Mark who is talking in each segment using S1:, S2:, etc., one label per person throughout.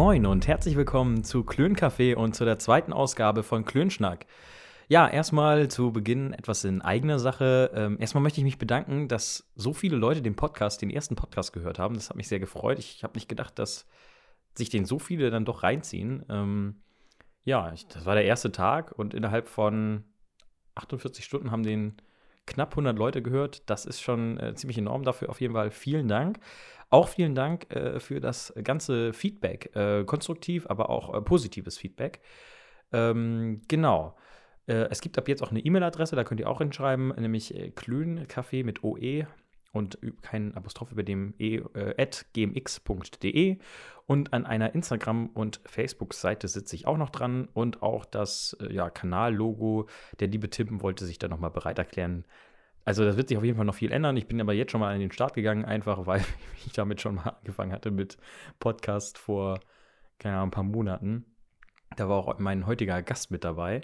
S1: Moin und herzlich willkommen zu Klöncafé und zu der zweiten Ausgabe von Klönschnack. Ja, erstmal zu Beginn etwas in eigener Sache. Erstmal möchte ich mich bedanken, dass so viele Leute den ersten Podcast gehört haben. Das hat mich sehr gefreut. Ich habe nicht gedacht, dass sich den so viele dann doch reinziehen. Das war der erste Tag und innerhalb von 48 Stunden haben den knapp 100 Leute gehört. Das ist schon ziemlich enorm. Dafür auf jeden Fall vielen Dank. Auch vielen Dank für das ganze Feedback. Konstruktiv, aber auch positives Feedback. Genau. Es gibt ab jetzt auch eine E-Mail-Adresse, da könnt ihr auch hinschreiben, nämlich klöncafé mit OE und kein Apostroph über dem @gmx.de. Und an einer Instagram- und Facebook-Seite sitze ich auch noch dran. Und auch das Kanallogo, der liebe Tim wollte sich da nochmal bereit erklären. Also das wird sich auf jeden Fall noch viel ändern. Ich bin aber jetzt schon mal an den Start gegangen, einfach weil ich damit schon mal angefangen hatte mit Podcast vor, keine Ahnung, ein paar Monaten. Da war auch mein heutiger Gast mit dabei.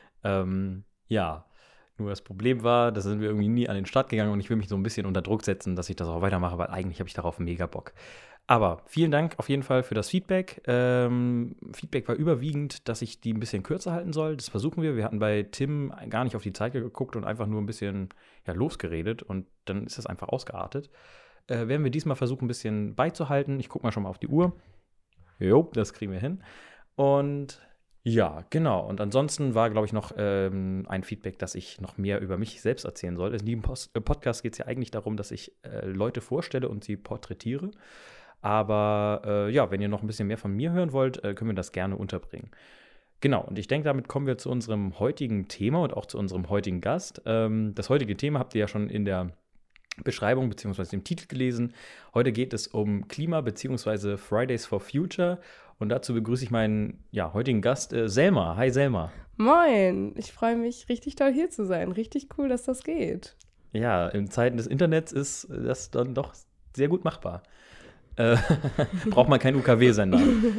S1: Nur das Problem war, da sind wir irgendwie nie an den Start gegangen und ich will mich so ein bisschen unter Druck setzen, dass ich das auch weitermache, weil eigentlich habe ich darauf mega Bock. Aber vielen Dank auf jeden Fall für das Feedback. Feedback war überwiegend, dass ich die ein bisschen kürzer halten soll. Das versuchen wir. Wir hatten bei Tim gar nicht auf die Zeit geguckt und einfach nur ein bisschen losgeredet und dann ist das einfach ausgeartet. Werden wir diesmal versuchen, ein bisschen beizuhalten. Ich gucke mal schon mal auf die Uhr. Jo, das kriegen wir hin. Und ja, genau. Und ansonsten war, glaube ich, noch ein Feedback, dass ich noch mehr über mich selbst erzählen soll. In diesem Podcast geht es ja eigentlich darum, dass ich Leute vorstelle und sie porträtiere. Aber wenn ihr noch ein bisschen mehr von mir hören wollt, können wir das gerne unterbringen. Genau, und ich denke, damit kommen wir zu unserem heutigen Thema und auch zu unserem heutigen Gast. Das heutige Thema habt ihr ja schon in der Beschreibung bzw. im Titel gelesen. Heute geht es um Klima bzw. Fridays for Future. Und dazu begrüße ich meinen heutigen Gast, Selma. Hi, Selma.
S2: Moin, ich freue mich richtig toll hier zu sein. Richtig cool, dass das geht.
S1: Ja, in Zeiten des Internets ist das dann doch sehr gut machbar. Braucht man keinen UKW-Sender.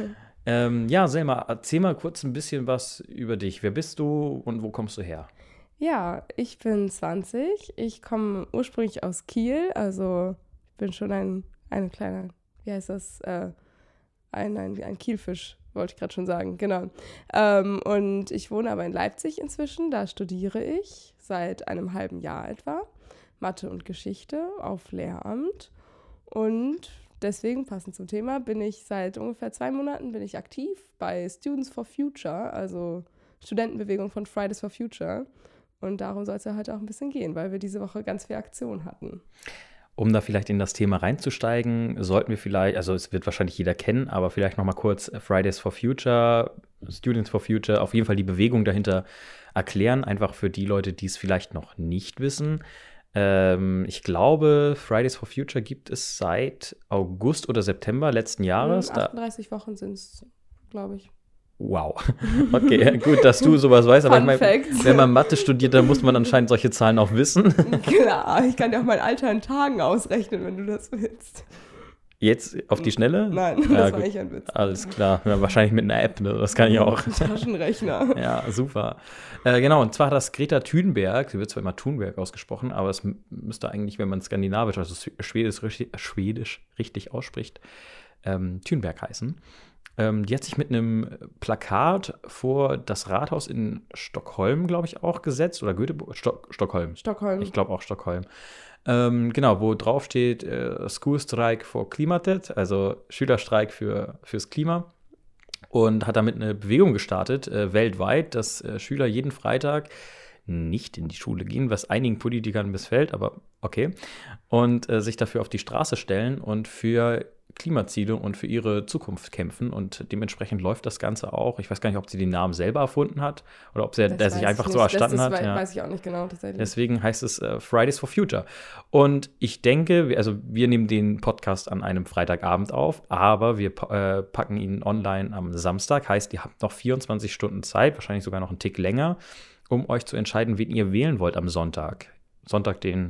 S1: Selma, erzähl mal kurz ein bisschen was über dich. Wer bist du und wo kommst du her?
S2: Ja, ich bin 20. Ich komme ursprünglich aus Kiel. Also ich bin schon ein kleiner, wie heißt das? Ein Kielfisch, wollte ich gerade schon sagen, genau. Und ich wohne aber in Leipzig inzwischen, da studiere ich seit einem halben Jahr etwa Mathe und Geschichte auf Lehramt. Und deswegen, passend zum Thema, bin ich seit ungefähr 2 Monaten aktiv bei Students for Future, also Studentenbewegung von Fridays for Future. Und darum soll es ja heute auch ein bisschen gehen, weil wir diese Woche ganz viel Aktion hatten.
S1: Um da vielleicht in das Thema reinzusteigen, sollten wir vielleicht, also es wird wahrscheinlich jeder kennen, aber vielleicht nochmal kurz Fridays for Future, Students for Future, auf jeden Fall die Bewegung dahinter erklären, einfach für die Leute, die es vielleicht noch nicht wissen. Ich glaube, Fridays for Future gibt es seit August oder September letzten Jahres.
S2: 38 Wochen sind es, glaube ich.
S1: Wow. Okay, gut, dass du sowas weißt. Aber ich meine, wenn man Mathe studiert, dann muss man anscheinend solche Zahlen auch wissen.
S2: Klar, ich kann dir auch mein Alter in Tagen ausrechnen, wenn du das willst.
S1: Jetzt auf die Schnelle?
S2: Nein, das war nicht ein Witz.
S1: Alles klar, ja, wahrscheinlich mit einer App, ne? Das kann ich auch.
S2: Taschenrechner.
S1: Ja, super. Genau, und zwar hat das Greta Thunberg, sie wird zwar immer Thunberg ausgesprochen, aber es müsste eigentlich, wenn man skandinavisch, also Schwedisch richtig ausspricht, Thunberg heißen. Die hat sich mit einem Plakat vor das Rathaus in Stockholm, glaube ich, auch gesetzt. Oder Göteborg? Stockholm. Ich glaube auch Stockholm. Genau, wo drauf steht Schoolstrike for Klimatet, also Schülerstreik fürs Klima. Und hat damit eine Bewegung gestartet, weltweit, dass Schüler jeden Freitag nicht in die Schule gehen, was einigen Politikern missfällt, aber okay. Und sich dafür auf die Straße stellen und für Klimaziele und für ihre Zukunft kämpfen. Und dementsprechend läuft das Ganze auch. Ich weiß gar nicht, ob sie den Namen selber erfunden hat oder ob der sich einfach so erstanden hat.
S2: Das weiß ich auch nicht genau. Tatsächlich.
S1: Deswegen heißt es Fridays for Future. Und ich denke, wir nehmen den Podcast an einem Freitagabend auf, aber wir packen ihn online am Samstag. Heißt, ihr habt noch 24 Stunden Zeit, wahrscheinlich sogar noch einen Tick länger, um euch zu entscheiden, wen ihr wählen wollt am Sonntag. Sonntag, den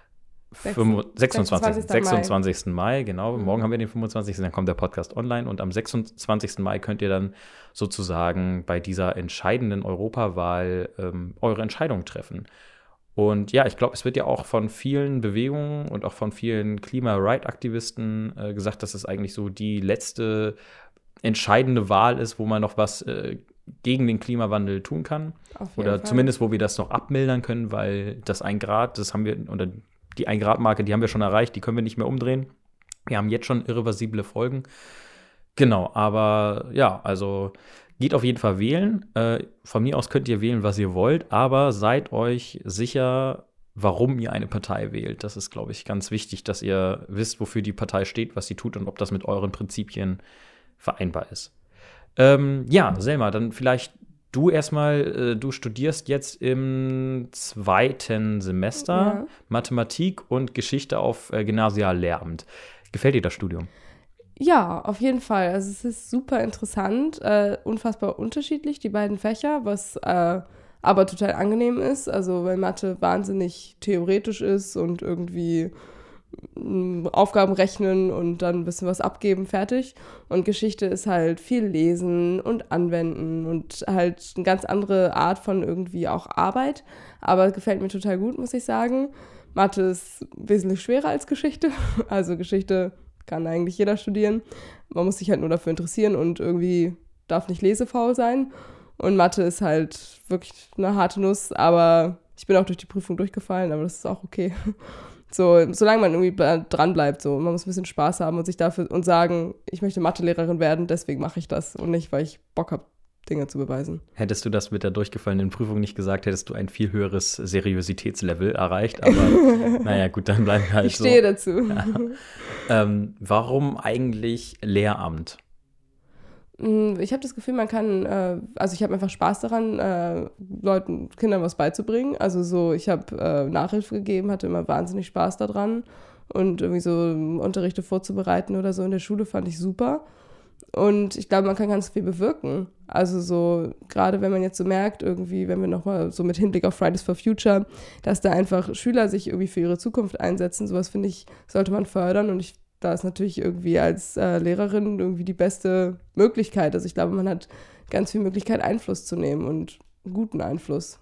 S1: 26. Mai, genau. Morgen haben wir den 25. Dann kommt der Podcast online und am 26. Mai könnt ihr dann sozusagen bei dieser entscheidenden Europawahl eure Entscheidung treffen. Und ja, ich glaube, es wird ja auch von vielen Bewegungen und auch von vielen Klima-Right-Aktivisten gesagt, dass es eigentlich so die letzte entscheidende Wahl ist, wo man noch was gegen den Klimawandel tun kann. Oder zumindest, wo wir das noch abmildern können, weil das 1 Grad, das haben wir, oder die 1-Grad-Marke, die haben wir schon erreicht, die können wir nicht mehr umdrehen. Wir haben jetzt schon irreversible Folgen. Genau, aber ja, also geht auf jeden Fall wählen. Von mir aus könnt ihr wählen, was ihr wollt, aber seid euch sicher, warum ihr eine Partei wählt. Das ist, glaube ich, ganz wichtig, dass ihr wisst, wofür die Partei steht, was sie tut und ob das mit euren Prinzipien vereinbar ist. Ja, Selma, dann vielleicht du erstmal, du studierst jetzt im 2. Semester Mathematik und Geschichte auf Gymnasiallehramt. Gefällt dir das Studium?
S2: Ja, auf jeden Fall. Also es ist super interessant, unfassbar unterschiedlich, die beiden Fächer, was aber total angenehm ist. Also weil Mathe wahnsinnig theoretisch ist und irgendwie Aufgaben rechnen und dann ein bisschen was abgeben, fertig. Und Geschichte ist halt viel lesen und anwenden und halt eine ganz andere Art von irgendwie auch Arbeit. Aber gefällt mir total gut, muss ich sagen. Mathe ist wesentlich schwerer als Geschichte. Also Geschichte kann eigentlich jeder studieren. Man muss sich halt nur dafür interessieren und irgendwie darf nicht lesefaul sein. Und Mathe ist halt wirklich eine harte Nuss, aber ich bin auch durch die Prüfung durchgefallen, aber das ist auch okay. So, solange man irgendwie dran bleibt, so. Man muss ein bisschen Spaß haben und sich dafür und sagen, ich möchte Mathelehrerin werden, deswegen mache ich das und nicht, weil ich Bock habe, Dinge zu beweisen.
S1: Hättest du das mit der durchgefallenen Prüfung nicht gesagt, hättest du ein viel höheres Seriositätslevel erreicht. Aber naja, gut, dann bleiben wir halt so.
S2: Ich stehe dazu.
S1: Ja. Warum eigentlich Lehramt?
S2: Ich habe das Gefühl, man kann, also ich habe einfach Spaß daran, Kindern was beizubringen. Also so, ich habe Nachhilfe gegeben, hatte immer wahnsinnig Spaß daran und irgendwie so Unterrichte vorzubereiten oder so in der Schule fand ich super. Und ich glaube, man kann ganz viel bewirken. Also so, gerade wenn man jetzt so merkt, irgendwie, wenn wir nochmal so mit Hinblick auf Fridays for Future, dass da einfach Schüler sich irgendwie für ihre Zukunft einsetzen, sowas finde ich, sollte man fördern und da ist natürlich irgendwie als Lehrerin irgendwie die beste Möglichkeit. Also ich glaube, man hat ganz viel Möglichkeit, Einfluss zu nehmen und guten Einfluss.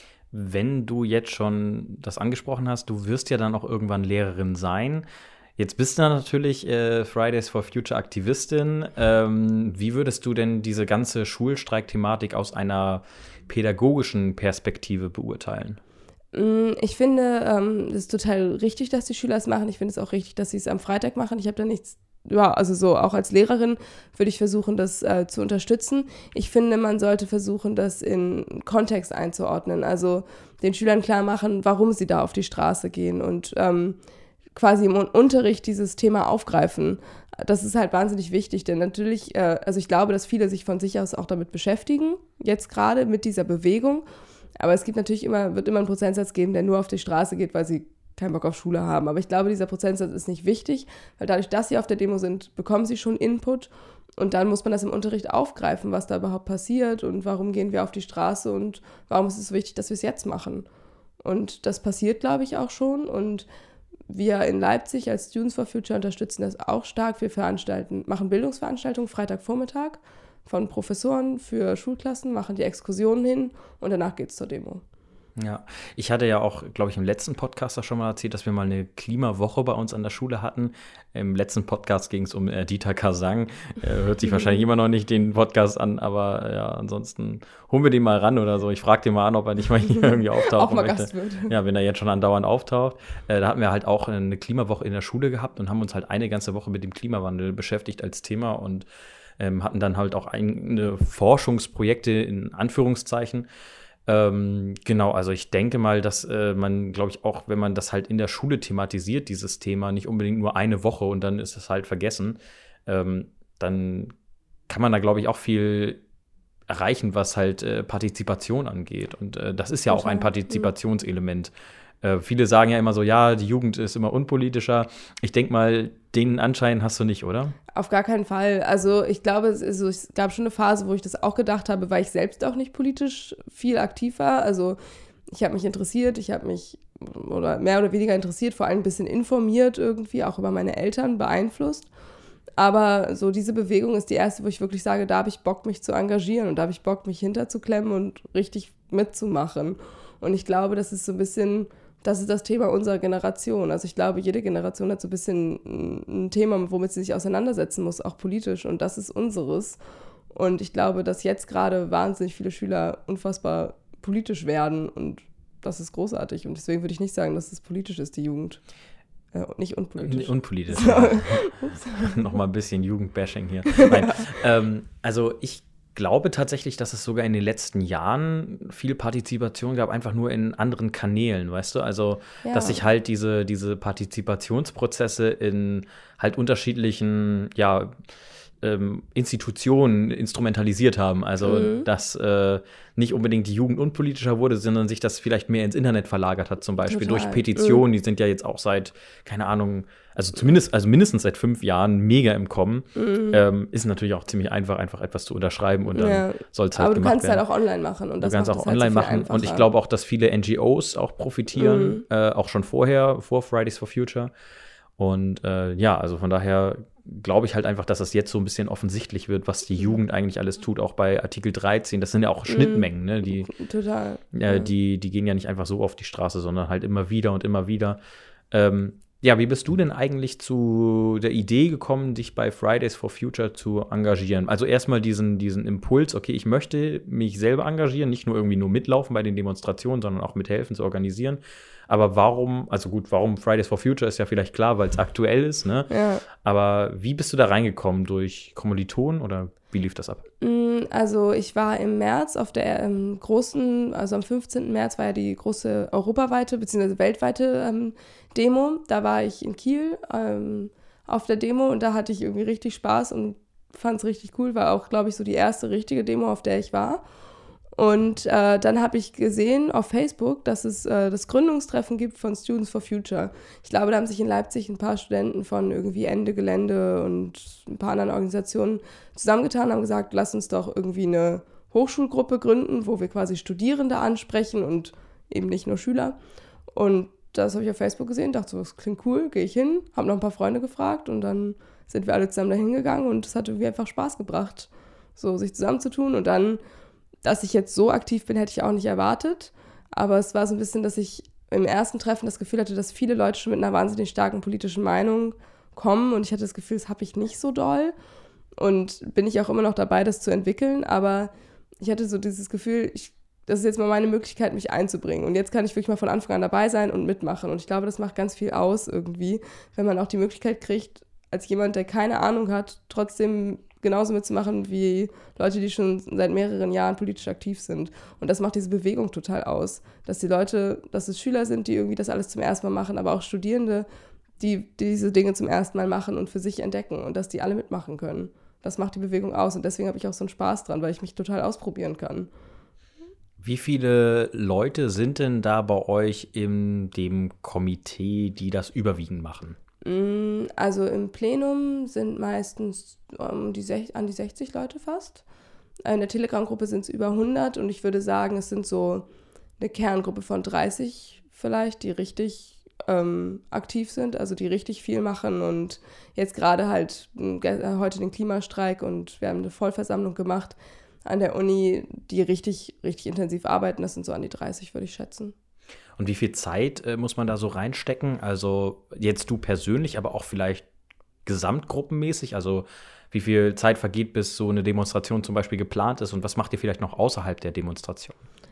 S1: Wenn du jetzt schon das angesprochen hast, du wirst ja dann auch irgendwann Lehrerin sein. Jetzt bist du natürlich Fridays for Future Aktivistin. Wie würdest du denn diese ganze Schulstreik-Thematik aus einer pädagogischen Perspektive beurteilen?
S2: Ich finde, es ist total richtig, dass die Schüler es machen. Ich finde es auch richtig, dass sie es am Freitag machen. Ich habe da nichts, ja, also so auch als Lehrerin würde ich versuchen, das zu unterstützen. Ich finde, man sollte versuchen, das in Kontext einzuordnen. Also den Schülern klar machen, warum sie da auf die Straße gehen und quasi im Unterricht dieses Thema aufgreifen. Das ist halt wahnsinnig wichtig, denn natürlich, also ich glaube, dass viele sich von sich aus auch damit beschäftigen, jetzt gerade mit dieser Bewegung. Aber es gibt natürlich wird immer einen Prozentsatz geben, der nur auf die Straße geht, weil sie keinen Bock auf Schule haben. Aber ich glaube, dieser Prozentsatz ist nicht wichtig, weil dadurch, dass sie auf der Demo sind, bekommen sie schon Input. Und dann muss man das im Unterricht aufgreifen, was da überhaupt passiert und warum gehen wir auf die Straße und warum ist es so wichtig, dass wir es jetzt machen. Und das passiert, glaube ich, auch schon. Und wir in Leipzig als Students for Future unterstützen das auch stark. Wir machen Bildungsveranstaltungen Freitagvormittag von Professoren für Schulklassen, machen die Exkursionen hin und danach geht's zur Demo.
S1: Ja, ich hatte ja auch, glaube ich, im letzten Podcast auch schon mal erzählt, dass wir mal eine Klimawoche bei uns an der Schule hatten. Im letzten Podcast ging es um Dieter Kazang. Hört sich wahrscheinlich immer noch nicht den Podcast an, aber ja, ansonsten holen wir den mal ran oder so. Ich frage den mal an, ob er nicht mal hier irgendwie auftaucht.
S2: Auch mal Gast wird.
S1: Ja, wenn er jetzt schon andauernd auftaucht. Da hatten wir halt auch eine Klimawoche in der Schule gehabt und haben uns halt eine ganze Woche mit dem Klimawandel beschäftigt als Thema und hatten dann halt auch eigene Forschungsprojekte in Anführungszeichen. Genau, also ich denke mal, dass man, glaube ich, auch, wenn man das halt in der Schule thematisiert, dieses Thema, nicht unbedingt nur eine Woche und dann ist es halt vergessen, dann kann man da, glaube ich, auch viel erreichen, was halt Partizipation angeht. Und das ist ja auch ein Partizipationselement. Viele sagen ja immer so, ja, die Jugend ist immer unpolitischer. Ich denke mal, den Anschein hast du nicht, oder?
S2: Auf gar keinen Fall. Also ich glaube, es gab schon eine Phase, wo ich das auch gedacht habe, weil ich selbst auch nicht politisch viel aktiv war. Also ich habe mich interessiert, oder mehr oder weniger interessiert, vor allem ein bisschen informiert irgendwie, auch über meine Eltern beeinflusst. Aber so diese Bewegung ist die erste, wo ich wirklich sage, da habe ich Bock, mich zu engagieren und da habe ich Bock, mich hinterzuklemmen und richtig mitzumachen. Und ich glaube, das ist so ein bisschen das ist das Thema unserer Generation. Also ich glaube, jede Generation hat so ein bisschen ein Thema, womit sie sich auseinandersetzen muss, auch politisch. Und das ist unseres. Und ich glaube, dass jetzt gerade wahnsinnig viele Schüler unfassbar politisch werden. Und das ist großartig. Und deswegen würde ich nicht sagen, dass es politisch ist, die Jugend. Nicht unpolitisch.
S1: Unpolitisch. Ja. Nochmal ein bisschen Jugendbashing hier. Nein. Also ich glaube tatsächlich, dass es sogar in den letzten Jahren viel Partizipation gab, einfach nur in anderen Kanälen, weißt du? Also, dass sich halt diese Partizipationsprozesse in halt unterschiedlichen, Institutionen instrumentalisiert haben. Also, dass nicht unbedingt die Jugend unpolitischer wurde, sondern sich das vielleicht mehr ins Internet verlagert hat, zum Beispiel durch Petitionen. Die sind ja jetzt auch seit, keine Ahnung, also mindestens seit 5 Jahren mega im Kommen. Ist natürlich auch ziemlich einfach etwas zu unterschreiben und dann soll es halt gemacht werden. Aber du kannst
S2: halt auch online machen. Und das
S1: du kannst auch online machen. Und ich glaube auch, dass viele NGOs auch profitieren, auch schon vor Fridays for Future. Und also von daher glaube ich halt einfach, dass es jetzt so ein bisschen offensichtlich wird, was die Jugend eigentlich alles tut, auch bei Artikel 13. Das sind ja auch Schnittmengen, ne?
S2: Total.
S1: Die gehen ja nicht einfach so auf die Straße, sondern halt immer wieder und immer wieder. Wie bist du denn eigentlich zu der Idee gekommen, dich bei Fridays for Future zu engagieren? Also erstmal diesen Impuls, okay, ich möchte mich selber engagieren, nicht nur mitlaufen bei den Demonstrationen, sondern auch mithelfen zu organisieren. Aber warum Fridays for Future ist ja vielleicht klar, weil es aktuell ist, ne? Ja. Aber wie bist du da reingekommen? Durch Kommilitonen oder wie lief das ab?
S2: Also ich war im März auf der am 15. März war ja die große europaweite bzw. weltweite Demo. Da war ich in Kiel auf der Demo und da hatte ich irgendwie richtig Spaß und fand es richtig cool. War auch, glaube ich, so die erste richtige Demo, auf der ich war. Und dann habe ich gesehen auf Facebook, dass es das Gründungstreffen gibt von Students for Future. Ich glaube, da haben sich in Leipzig ein paar Studenten von irgendwie Ende Gelände und ein paar anderen Organisationen zusammengetan und haben gesagt, lass uns doch irgendwie eine Hochschulgruppe gründen, wo wir quasi Studierende ansprechen und eben nicht nur Schüler. Und das habe ich auf Facebook gesehen, dachte so, das klingt cool, gehe ich hin, habe noch ein paar Freunde gefragt und dann sind wir alle zusammen da hingegangen und es hat irgendwie einfach Spaß gebracht, so sich zusammenzutun. Und dann, dass ich jetzt so aktiv bin, hätte ich auch nicht erwartet. Aber es war so ein bisschen, dass ich im ersten Treffen das Gefühl hatte, dass viele Leute schon mit einer wahnsinnig starken politischen Meinung kommen. Und ich hatte das Gefühl, das habe ich nicht so doll. Und bin ich auch immer noch dabei, das zu entwickeln. Aber ich hatte so dieses Gefühl, das ist jetzt mal meine Möglichkeit, mich einzubringen. Und jetzt kann ich wirklich mal von Anfang an dabei sein und mitmachen. Und ich glaube, das macht ganz viel aus irgendwie, wenn man auch die Möglichkeit kriegt, als jemand, der keine Ahnung hat, trotzdem genauso mitzumachen wie Leute, die schon seit mehreren Jahren politisch aktiv sind. Und das macht diese Bewegung total aus. Dass die Leute, dass es Schüler sind, die irgendwie das alles zum ersten Mal machen, aber auch Studierende, die diese Dinge zum ersten Mal machen und für sich entdecken und dass die alle mitmachen können. Das macht die Bewegung aus und deswegen habe ich auch so einen Spaß dran, weil ich mich total ausprobieren kann.
S1: Wie viele Leute sind denn da bei euch in dem Komitee, die das überwiegend machen?
S2: Also im Plenum sind meistens an die 60 Leute fast. In der Telegram-Gruppe sind es über 100 und ich würde sagen, es sind so eine Kerngruppe von 30 vielleicht, die richtig aktiv sind, also die richtig viel machen und jetzt gerade halt heute den Klimastreik und wir haben eine Vollversammlung gemacht an der Uni, die richtig, richtig intensiv arbeiten. Das sind so an die 30, würde ich schätzen.
S1: Und wie viel Zeit muss man da so reinstecken? Also jetzt du persönlich, aber auch vielleicht gesamtgruppenmäßig? Also wie viel Zeit vergeht, bis so eine Demonstration zum Beispiel geplant ist? Und was macht ihr vielleicht noch außerhalb der Demonstration?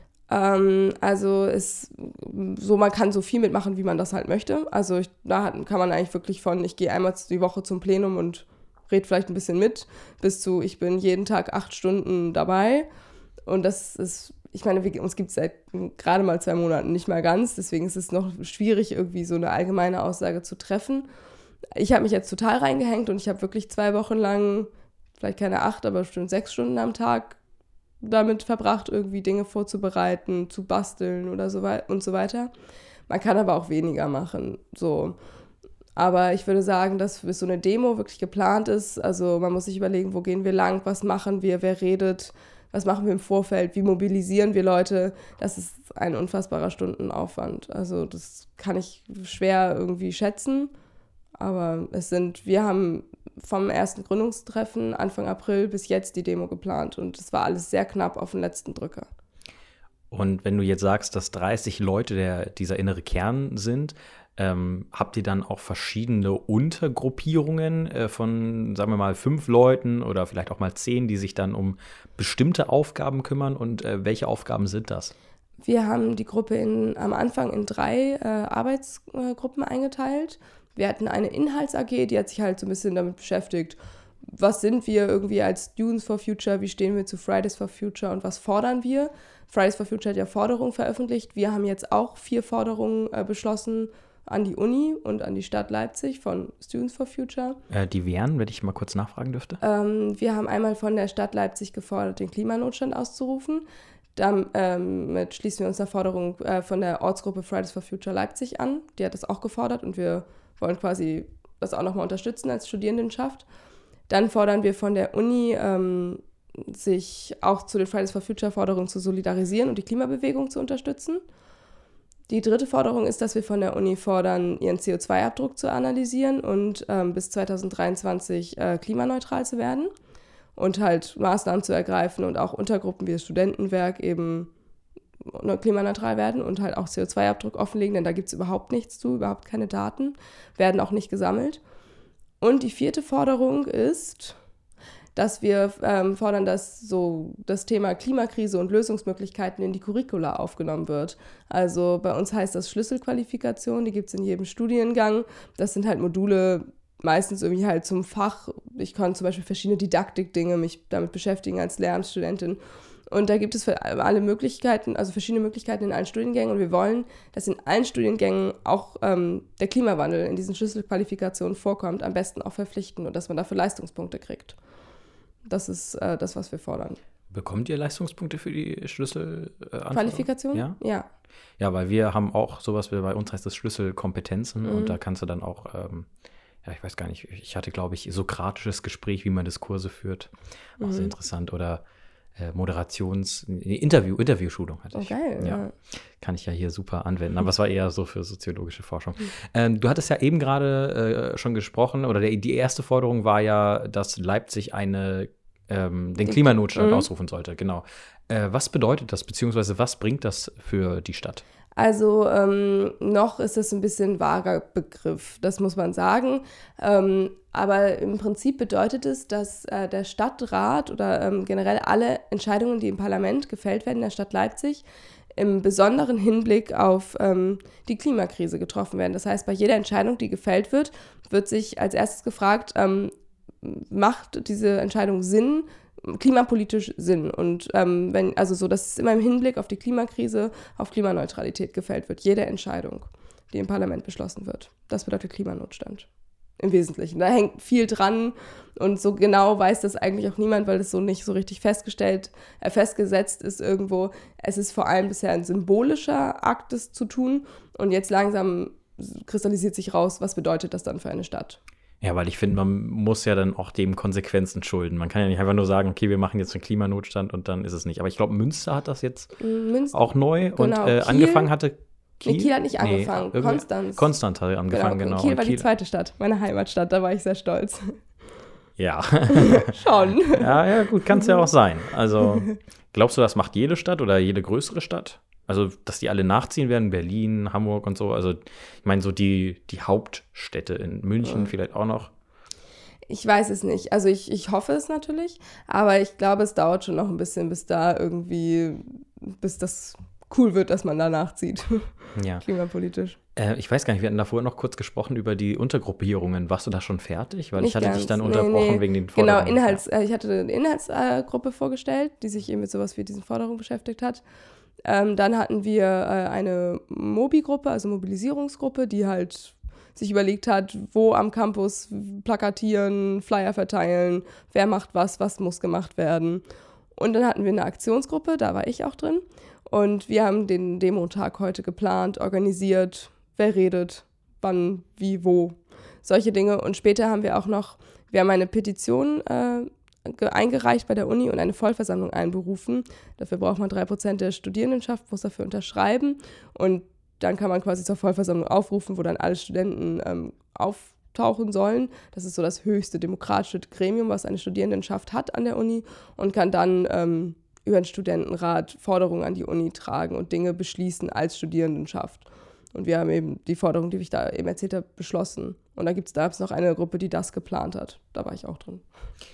S2: Also man kann so viel mitmachen, wie man das halt möchte. Also da kann man eigentlich wirklich ich gehe einmal die Woche zum Plenum und rede vielleicht ein bisschen mit, bis zu, ich bin jeden Tag 8 Stunden dabei. Und das ist, ich meine, uns gibt es seit gerade mal 2 Monaten nicht mal ganz, deswegen ist es noch schwierig, irgendwie so eine allgemeine Aussage zu treffen. Ich habe mich jetzt total reingehängt und ich habe wirklich 2 Wochen lang, vielleicht keine 8, aber bestimmt 6 Stunden am Tag damit verbracht, irgendwie Dinge vorzubereiten, zu basteln oder so und so weiter. Man kann aber auch weniger machen, so. Aber ich würde sagen, dass bis so eine Demo wirklich geplant ist, also man muss sich überlegen, wo gehen wir lang, was machen wir, wer redet, was machen wir im Vorfeld, wie mobilisieren wir Leute, das ist ein unfassbarer Stundenaufwand. Also das kann ich schwer irgendwie schätzen, aber wir haben vom ersten Gründungstreffen Anfang April bis jetzt die Demo geplant und es war alles sehr knapp auf den letzten Drücker.
S1: Und wenn du jetzt sagst, dass 30 Leute dieser innere Kern sind, habt ihr dann auch verschiedene Untergruppierungen von, sagen wir mal, 5 Leuten oder vielleicht auch mal 10, die sich dann um bestimmte Aufgaben kümmern? Und welche Aufgaben sind das?
S2: Wir haben die Gruppe am Anfang in 3 Arbeitsgruppen eingeteilt. Wir hatten eine Inhalts-AG, die hat sich halt so ein bisschen damit beschäftigt, was sind wir irgendwie als Students for Future, wie stehen wir zu Fridays for Future und was fordern wir? Fridays for Future hat ja Forderungen veröffentlicht. Wir haben jetzt auch 4 Forderungen beschlossen an die Uni und an die Stadt Leipzig von Students for Future.
S1: Die wären, wenn ich mal kurz nachfragen dürfte?
S2: Wir haben einmal von der Stadt Leipzig gefordert, den Klimanotstand auszurufen. Damit schließen wir uns der Forderung von der Ortsgruppe Fridays for Future Leipzig an. Die hat das auch gefordert und wir wollen quasi das auch nochmal unterstützen als Studierendenschaft. Dann fordern wir von der Uni, sich auch zu den Fridays for Future Forderungen zu solidarisieren und die Klimabewegung zu unterstützen. Die 3. Forderung ist, dass wir von der Uni fordern, ihren CO2-Abdruck zu analysieren und bis 2023 klimaneutral zu werden und halt Maßnahmen zu ergreifen und auch Untergruppen wie das Studentenwerk eben klimaneutral werden und halt auch CO2-Abdruck offenlegen, denn da gibt es überhaupt nichts zu, überhaupt keine Daten, werden auch nicht gesammelt. Und die 4. Forderung ist, dass wir fordern, dass so das Thema Klimakrise und Lösungsmöglichkeiten in die Curricula aufgenommen wird. Also bei uns heißt das Schlüsselqualifikation, die gibt es in jedem Studiengang. Das sind halt Module, meistens irgendwie halt zum Fach. Ich kann zum Beispiel verschiedene Didaktikdinge mich damit beschäftigen als Lehramtsstudentin. Und da gibt es für alle Möglichkeiten, also verschiedene Möglichkeiten in allen Studiengängen. Und wir wollen, dass in allen Studiengängen auch der Klimawandel in diesen Schlüsselqualifikationen vorkommt, am besten auch verpflichtend und dass man dafür Leistungspunkte kriegt. Das ist das, was wir fordern.
S1: Bekommt ihr Leistungspunkte für die
S2: Schlüsselqualifikation?
S1: Ja?
S2: Ja.
S1: Ja, weil wir haben auch sowas, bei uns heißt das Schlüsselkompetenzen und da kannst du dann auch, ich weiß gar nicht, ich hatte, glaube ich, sokratisches Gespräch, wie man Diskurse führt. Auch sehr interessant. Oder Interviewschulung hatte ich.
S2: Oh, geil.
S1: Ja. Kann ich ja hier super anwenden. Aber es war eher so für soziologische Forschung. Du hattest ja eben gerade schon gesprochen, oder die erste Forderung war ja, dass Leipzig den Klimanotstand ausrufen sollte. Genau. Was bedeutet das, beziehungsweise was bringt das für die Stadt?
S2: Also noch ist es ein bisschen vager Begriff, das muss man sagen. Aber im Prinzip bedeutet es, dass der Stadtrat oder generell alle Entscheidungen, die im Parlament gefällt werden in der Stadt Leipzig, im besonderen Hinblick auf die Klimakrise getroffen werden. Das heißt, bei jeder Entscheidung, die gefällt wird, wird sich als erstes gefragt, macht diese Entscheidung Sinn, klimapolitisch Sinn. Und dass es immer im Hinblick auf die Klimakrise, auf Klimaneutralität gefällt wird. Jede Entscheidung, die im Parlament beschlossen wird. Das bedeutet Klimanotstand. Im Wesentlichen. Da hängt viel dran und so genau weiß das eigentlich auch niemand, weil das so nicht so richtig festgesetzt ist irgendwo. Es ist vor allem bisher ein symbolischer Akt, das zu tun und jetzt langsam kristallisiert sich raus, was bedeutet das dann für eine Stadt.
S1: Ja, weil ich finde, man muss ja dann auch dem Konsequenzen schulden. Man kann ja nicht einfach nur sagen, okay, wir machen jetzt einen Klimanotstand und dann ist es nicht. Aber ich glaube, Münster hat das jetzt auch neu und angefangen hatte Kiel?
S2: Nee, Kiel hat nicht angefangen.
S1: Konstanz hat angefangen, genau.
S2: Kiel war die zweite Stadt, meine Heimatstadt, da war ich sehr stolz.
S1: Ja.
S2: Schon.
S1: Ja, gut, kann es ja auch sein. Also, glaubst du, das macht jede Stadt oder jede größere Stadt? Also, dass die alle nachziehen werden, Berlin, Hamburg und so. Also, ich meine, so die Hauptstädte in München vielleicht auch noch.
S2: Ich weiß es nicht. Also, ich hoffe es natürlich, aber ich glaube, es dauert schon noch ein bisschen, bis das cool wird, dass man da nachzieht.
S1: Ja.
S2: Klimapolitisch.
S1: Ich weiß gar nicht, wir hatten da vorher noch kurz gesprochen über die Untergruppierungen. Warst du da schon fertig? Weil
S2: nicht
S1: ich hatte
S2: ganz.
S1: dich dann unterbrochen wegen den Forderungen.
S2: Genau, ich hatte eine Inhaltsgruppe vorgestellt, die sich eben mit sowas wie diesen Forderungen beschäftigt hat. Dann hatten wir eine Mobi-Gruppe, also Mobilisierungsgruppe, die halt sich überlegt hat, wo am Campus plakatieren, Flyer verteilen, wer macht was muss gemacht werden. Und dann hatten wir eine Aktionsgruppe, da war ich auch drin. Und wir haben den Demotag heute geplant, organisiert, wer redet, wann, wie, wo, solche Dinge. Und später haben wir eine Petition eingereicht bei der Uni und eine Vollversammlung einberufen. Dafür braucht man 3% der Studierendenschaft, muss dafür unterschreiben. Und dann kann man quasi zur Vollversammlung aufrufen, wo dann alle Studenten auftauchen sollen. Das ist so das höchste demokratische Gremium, was eine Studierendenschaft hat an der Uni und kann dann über den Studentenrat Forderungen an die Uni tragen und Dinge beschließen als Studierendenschaft. Und wir haben eben die Forderung, die ich da eben erzählt habe, beschlossen. Und da gab es noch eine Gruppe, die das geplant hat. Da war ich auch drin.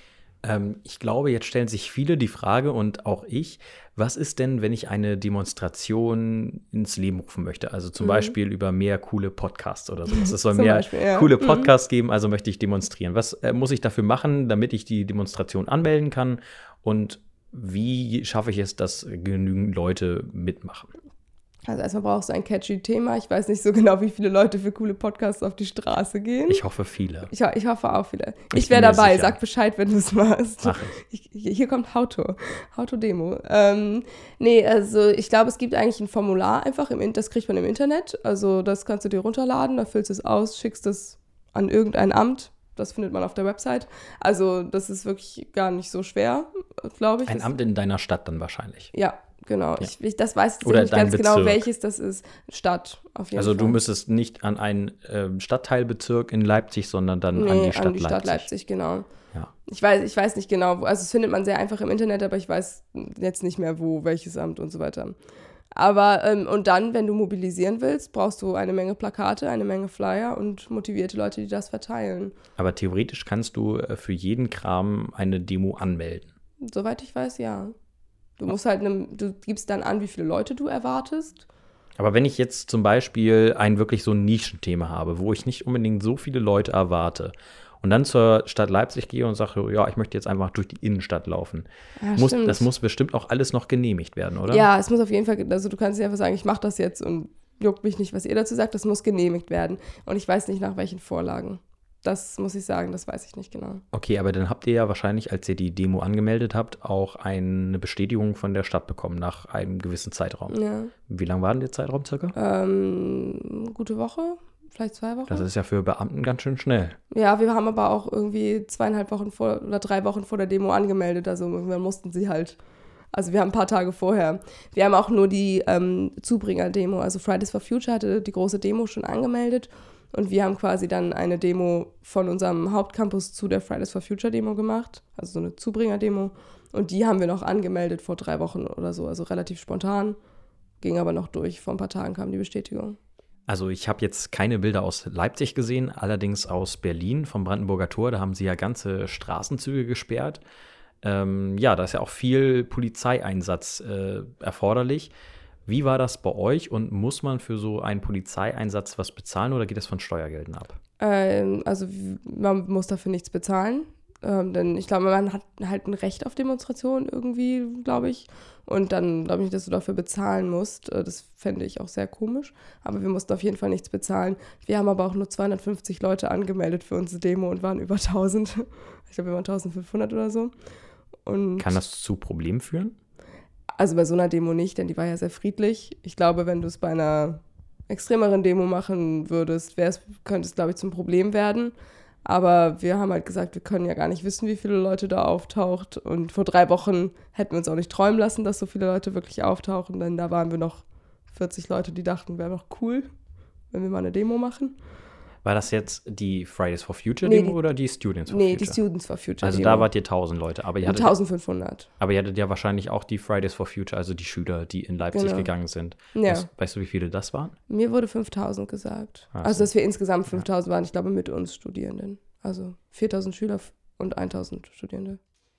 S1: Ich glaube, jetzt stellen sich viele die Frage und auch ich, was ist denn, wenn ich eine Demonstration ins Leben rufen möchte? Also zum Beispiel über mehr coole Podcasts oder sowas. Es soll mehr
S2: Beispiel, ja.
S1: coole Podcasts geben, also möchte ich demonstrieren. Was muss ich dafür machen, damit ich die Demonstration anmelden kann? Und wie schaffe ich es, dass genügend Leute mitmachen?
S2: Also erstmal brauchst du ein catchy Thema. Ich weiß nicht so genau, wie viele Leute für coole Podcasts auf die Straße gehen.
S1: Ich hoffe viele.
S2: Ich hoffe auch viele.
S1: Ich
S2: Ich wäre
S1: bin mir
S2: dabei.
S1: sicher.
S2: Sag Bescheid, wenn du es machst.
S1: Mach
S2: Hier kommt How-to-Demo. Nee, also ich glaube, es gibt eigentlich ein Formular einfach, das kriegt man im Internet. Also das kannst du dir runterladen, da füllst du es aus, schickst es an irgendein Amt. Das findet man auf der Website. Also das ist wirklich gar nicht so schwer, glaube ich.
S1: Ein Amt in deiner Stadt dann wahrscheinlich.
S2: Ja, genau.
S1: Ja.
S2: Das weiß ich
S1: Oder
S2: nicht
S1: dein
S2: ganz genau,
S1: Bezirk.
S2: welches das ist. Stadt, auf jeden
S1: Also
S2: Fall.
S1: du müsstest nicht an einen Stadtteilbezirk in Leipzig, sondern dann an die Stadt
S2: Leipzig, genau.
S1: Ja.
S2: Ich weiß nicht genau, also es findet man sehr einfach im Internet, aber ich weiß jetzt nicht mehr, welches Amt und so weiter. Aber, und dann, wenn du mobilisieren willst, brauchst du eine Menge Plakate, eine Menge Flyer und motivierte Leute, die das verteilen.
S1: Aber theoretisch kannst du für jeden Kram eine Demo anmelden.
S2: Soweit ich weiß, ja. Du musst halt, du gibst dann an, wie viele Leute du erwartest.
S1: Aber wenn ich jetzt zum Beispiel wirklich so ein Nischenthema habe, wo ich nicht unbedingt so viele Leute erwarte und dann zur Stadt Leipzig gehe und sage, ja, ich möchte jetzt einfach durch die Innenstadt laufen.
S2: Ja, stimmt.
S1: Das muss bestimmt auch alles noch genehmigt werden, oder?
S2: Ja, es muss auf jeden Fall, also du kannst nicht einfach sagen, ich mache das jetzt und juckt mich nicht, was ihr dazu sagt. Das muss genehmigt werden. Und ich weiß nicht, nach welchen Vorlagen. Das muss ich sagen, das weiß ich nicht genau.
S1: Okay, aber dann habt ihr ja wahrscheinlich, als ihr die Demo angemeldet habt, auch eine Bestätigung von der Stadt bekommen nach einem gewissen Zeitraum.
S2: Ja.
S1: Wie lang war denn der Zeitraum circa?
S2: Gute Woche, vielleicht 2 Wochen.
S1: Das ist ja für Beamten ganz schön schnell.
S2: Ja, wir haben aber auch irgendwie 2,5 Wochen oder 3 Wochen vor der Demo angemeldet. Also irgendwann mussten sie halt. Also wir haben ein paar Tage vorher. Wir haben auch nur die Zubringer-Demo. Also Fridays for Future hatte die große Demo schon angemeldet. Und wir haben quasi dann eine Demo von unserem Hauptcampus zu der Fridays for Future Demo gemacht. Also so eine Zubringer-Demo. Und die haben wir noch angemeldet vor 3 Wochen oder so. Also relativ spontan. Ging aber noch durch. Vor ein paar Tagen kam die Bestätigung.
S1: Also ich habe jetzt keine Bilder aus Leipzig gesehen, allerdings aus Berlin vom Brandenburger Tor. Da haben sie ja ganze Straßenzüge gesperrt. Ja, da ist ja auch viel Polizeieinsatz erforderlich. Wie war das bei euch und muss man für so einen Polizeieinsatz was bezahlen oder geht das von Steuergeldern ab?
S2: Also man muss dafür nichts bezahlen. Denn ich glaube, man hat halt ein Recht auf Demonstrationen irgendwie, glaube ich. Und dann glaube ich nicht, dass du dafür bezahlen musst. Das fände ich auch sehr komisch. Aber wir mussten auf jeden Fall nichts bezahlen. Wir haben aber auch nur 250 Leute angemeldet für unsere Demo und waren über 1000. Ich glaube, wir waren 1500 oder so. Und
S1: kann das zu Problemen führen?
S2: Also bei so einer Demo nicht, denn die war ja sehr friedlich. Ich glaube, wenn du es bei einer extremeren Demo machen würdest, könnte es, glaube ich, zum Problem werden. Aber wir haben halt gesagt, wir können ja gar nicht wissen, wie viele Leute da auftaucht. Und vor 3 Wochen hätten wir uns auch nicht träumen lassen, dass so viele Leute wirklich auftauchen. Denn da waren wir noch 40 Leute, die dachten, wäre doch cool, wenn wir mal eine Demo machen.
S1: War das jetzt die Fridays for Future Demo oder die Students for Future?
S2: Nee, die Students for Future
S1: Also
S2: Demo.
S1: da wart ihr 1000 Leute. Aber ihr hattet,
S2: 1500.
S1: aber ihr hattet ja wahrscheinlich auch die Fridays for Future, also die Schüler, die in Leipzig gegangen sind.
S2: Ja.
S1: Weißt du, wie viele das waren?
S2: Mir wurde 5000 gesagt.
S1: Ach so.
S2: Also, dass wir insgesamt 5000 waren, ich glaube, mit uns Studierenden. Also 4000 Schüler und 1000 Studierende.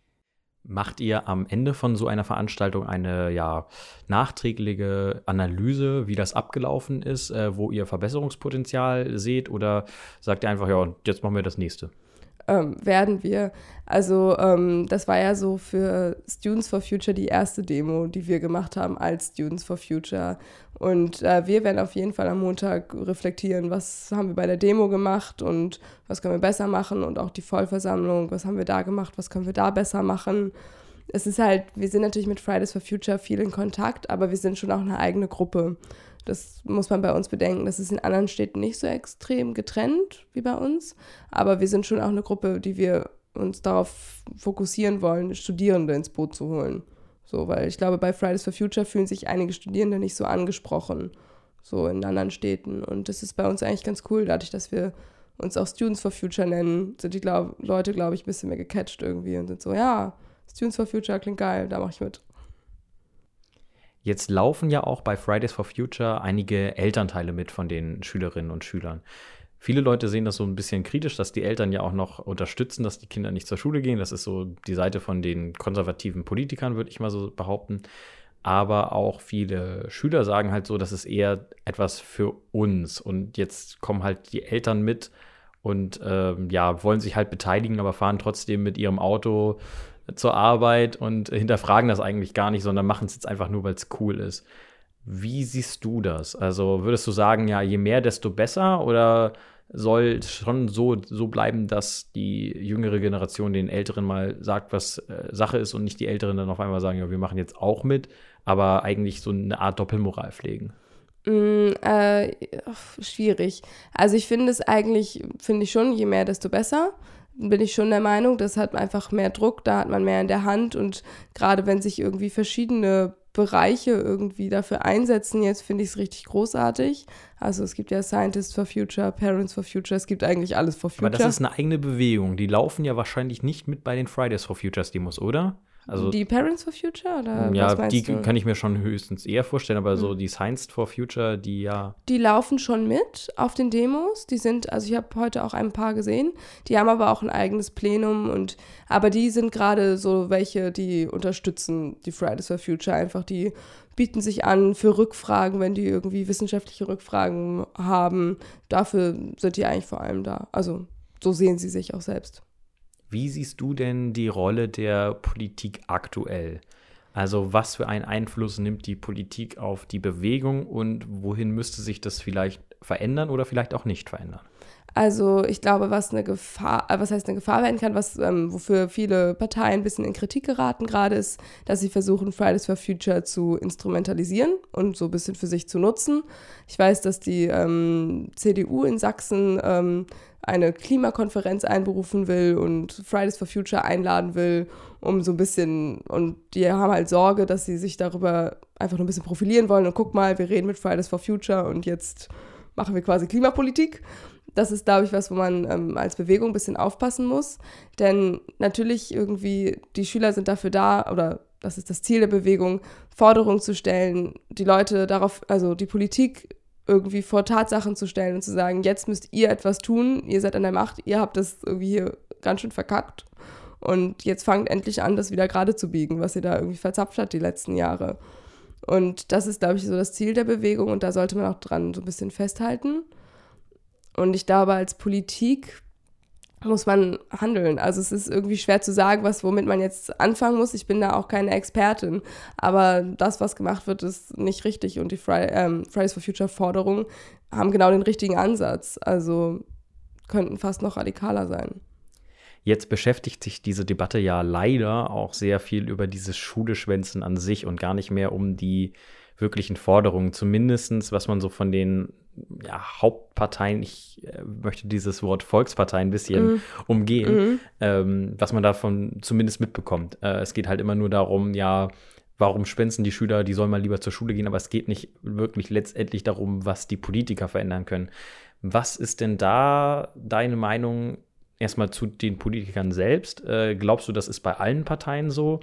S1: Macht ihr am Ende von so einer Veranstaltung eine nachträgliche Analyse, wie das abgelaufen ist, wo ihr Verbesserungspotenzial seht? Oder sagt ihr einfach, ja, und jetzt machen wir das nächste?
S2: Werden wir. Also das war ja so für Students for Future die erste Demo, die wir gemacht haben als Students for Future. Und wir werden auf jeden Fall am Montag reflektieren, was haben wir bei der Demo gemacht und was können wir besser machen und auch die Vollversammlung, was haben wir da gemacht, was können wir da besser machen. Es ist halt, wir sind natürlich mit Fridays for Future viel in Kontakt, aber wir sind schon auch eine eigene Gruppe. Das muss man bei uns bedenken. Das ist in anderen Städten nicht so extrem getrennt wie bei uns. Aber wir sind schon auch eine Gruppe, die wir uns darauf fokussieren wollen, Studierende ins Boot zu holen. So, weil ich glaube, bei Fridays for Future fühlen sich einige Studierende nicht so angesprochen, so in anderen Städten. Und das ist bei uns eigentlich ganz cool, dadurch, dass wir uns auch Students for Future nennen, sind die Leute, glaube ich, ein bisschen mehr gecatcht irgendwie und sind so, ja, Students for Future klingt geil, da mache ich mit.
S1: Jetzt laufen ja auch bei Fridays for Future einige Elternteile mit von den Schülerinnen und Schülern. Viele Leute sehen das so ein bisschen kritisch, dass die Eltern ja auch noch unterstützen, dass die Kinder nicht zur Schule gehen. Das ist so die Seite von den konservativen Politikern, würde ich mal so behaupten. Aber auch viele Schüler sagen halt so, das ist eher etwas für uns. Und jetzt kommen halt die Eltern mit und wollen sich halt beteiligen, aber fahren trotzdem mit ihrem Auto zur Arbeit und hinterfragen das eigentlich gar nicht, sondern machen es jetzt einfach nur, weil es cool ist. Wie siehst du das? Also würdest du sagen, ja, je mehr, desto besser, oder soll es schon so bleiben, dass die jüngere Generation den Älteren mal sagt, was Sache ist, und nicht die Älteren dann auf einmal sagen, ja, wir machen jetzt auch mit, aber eigentlich so eine Art Doppelmoral pflegen?
S2: Schwierig. Also ich finde ich schon, je mehr, desto besser. Bin ich schon der Meinung, das hat einfach mehr Druck, da hat man mehr in der Hand, und gerade wenn sich irgendwie verschiedene Bereiche irgendwie dafür einsetzen, jetzt finde ich es richtig großartig. Also es gibt ja Scientists for Future, Parents for Future, es gibt eigentlich alles for Future.
S1: Aber das ist eine eigene Bewegung. Die laufen ja wahrscheinlich nicht mit bei den Fridays for Futures Demos, oder? Also,
S2: die Parents for Future? Oder
S1: ja,
S2: was meinst
S1: die
S2: du?
S1: kann ich mir schon höchstens eher vorstellen, aber so die Science for Future, die ja.
S2: Die laufen schon mit auf den Demos. Also ich habe heute auch ein paar gesehen. Die haben aber auch ein eigenes Plenum, aber die sind gerade so welche, die unterstützen die Fridays for Future einfach. Die bieten sich an für Rückfragen, wenn die irgendwie wissenschaftliche Rückfragen haben. Dafür sind die eigentlich vor allem da. Also so sehen sie sich auch selbst.
S1: Wie siehst du denn die Rolle der Politik aktuell? Also was für einen Einfluss nimmt die Politik auf die Bewegung und wohin müsste sich das vielleicht verändern oder vielleicht auch nicht verändern?
S2: Also ich glaube, was eine Gefahr werden kann, wofür viele Parteien ein bisschen in Kritik geraten gerade, ist, dass sie versuchen, Fridays for Future zu instrumentalisieren und so ein bisschen für sich zu nutzen. Ich weiß, dass die CDU in Sachsen eine Klimakonferenz einberufen will und Fridays for Future einladen will, um so ein bisschen, und die haben halt Sorge, dass sie sich darüber einfach nur ein bisschen profilieren wollen und guck mal, wir reden mit Fridays for Future und jetzt machen wir quasi Klimapolitik. Das ist, glaube ich, was, wo man als Bewegung ein bisschen aufpassen muss, denn natürlich irgendwie, die Schüler sind dafür da, oder das ist das Ziel der Bewegung, Forderungen zu stellen, die Leute also die Politik irgendwie vor Tatsachen zu stellen und zu sagen, jetzt müsst ihr etwas tun, ihr seid an der Macht, ihr habt das irgendwie hier ganz schön verkackt und jetzt fangt endlich an, das wieder gerade zu biegen, was ihr da irgendwie verzapft habt die letzten Jahre. Und das ist, glaube ich, so das Ziel der Bewegung, und da sollte man auch dran so ein bisschen festhalten. Und ich glaube, als Politik muss man handeln. Also es ist irgendwie schwer zu sagen, womit man jetzt anfangen muss. Ich bin da auch keine Expertin. Aber das, was gemacht wird, ist nicht richtig. Und die Fridays for Future Forderungen haben genau den richtigen Ansatz. Also könnten fast noch radikaler sein.
S1: Jetzt beschäftigt sich diese Debatte ja leider auch sehr viel über dieses Schuleschwänzen an sich und gar nicht mehr um die wirklichen Forderungen. Zumindest, was man so von den Hauptparteien, ich möchte dieses Wort Volkspartei ein bisschen umgehen, was man davon zumindest mitbekommt. Es geht halt immer nur darum, ja, warum schwänzen die Schüler, die sollen mal lieber zur Schule gehen, aber es geht nicht wirklich letztendlich darum, was die Politiker verändern können. Was ist denn da deine Meinung erstmal zu den Politikern selbst? Glaubst du, das ist bei allen Parteien so?